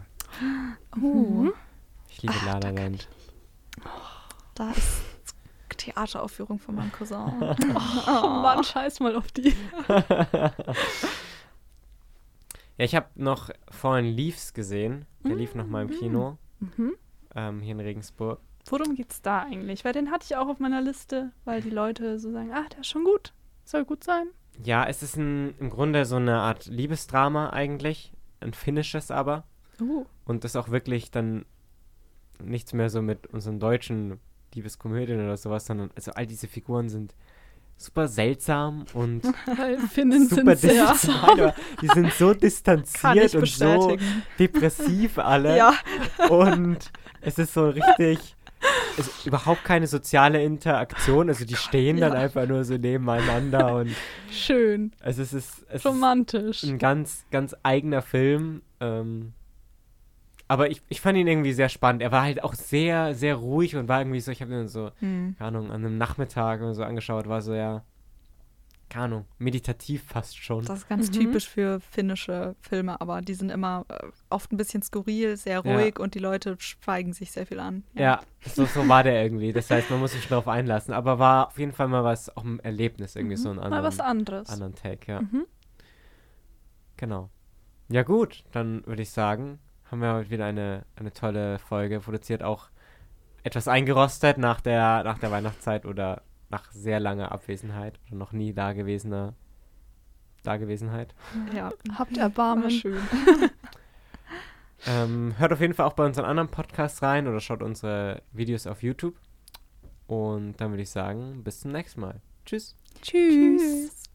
Ich liebe La La Land. Da ist Theateraufführung von meinem Cousin. Oh Mann, scheiß mal auf die. Ja, ich habe noch vorhin Leaves gesehen. Der lief noch mal im Kino. Hier in Regensburg. Worum geht's da eigentlich? Weil den hatte ich auch auf meiner Liste, weil die Leute so sagen, der ist schon gut. Soll gut sein. Ja, es ist im Grunde so eine Art Liebesdrama eigentlich, ein finnisches aber. Und das auch wirklich dann nichts mehr so mit unseren deutschen Liebeskomödien oder sowas, sondern also all diese Figuren sind super seltsam und Weil Finnen super sind sehr. distanziert. Die sind so Kann ich distanziert und so bestätigen. depressiv alle. Ja. Und es ist so richtig, es ist überhaupt keine soziale Interaktion. Also die stehen dann Ja. einfach nur so nebeneinander und Schön. also es ist Romantisch. ein ganz, ganz eigener Film. Aber ich fand ihn irgendwie sehr spannend. Er war halt auch sehr, sehr ruhig und war irgendwie so, ich habe ihn so, keine Ahnung, an einem Nachmittag oder so angeschaut, war so ja, keine Ahnung, meditativ fast schon. Das ist ganz typisch für finnische Filme, aber die sind immer oft ein bisschen skurril, sehr ruhig und die Leute schweigen sich sehr viel an. Ja, so war der irgendwie. Das heißt, man muss sich darauf einlassen. Aber war auf jeden Fall mal was, auch ein Erlebnis, irgendwie so ein Mal was anderes. anderen Take, ja. Mhm. Genau. Ja gut, dann würde ich sagen, haben wir heute wieder eine tolle Folge produziert, auch etwas eingerostet nach der Weihnachtszeit oder nach sehr langer Abwesenheit oder noch nie Dagewesenheit. Ja. Habt War Erbarmen. schön. Hört auf jeden Fall auch bei unseren anderen Podcasts rein oder schaut unsere Videos auf YouTube. Und dann würde ich sagen, bis zum nächsten Mal. Tschüss. Tschüss.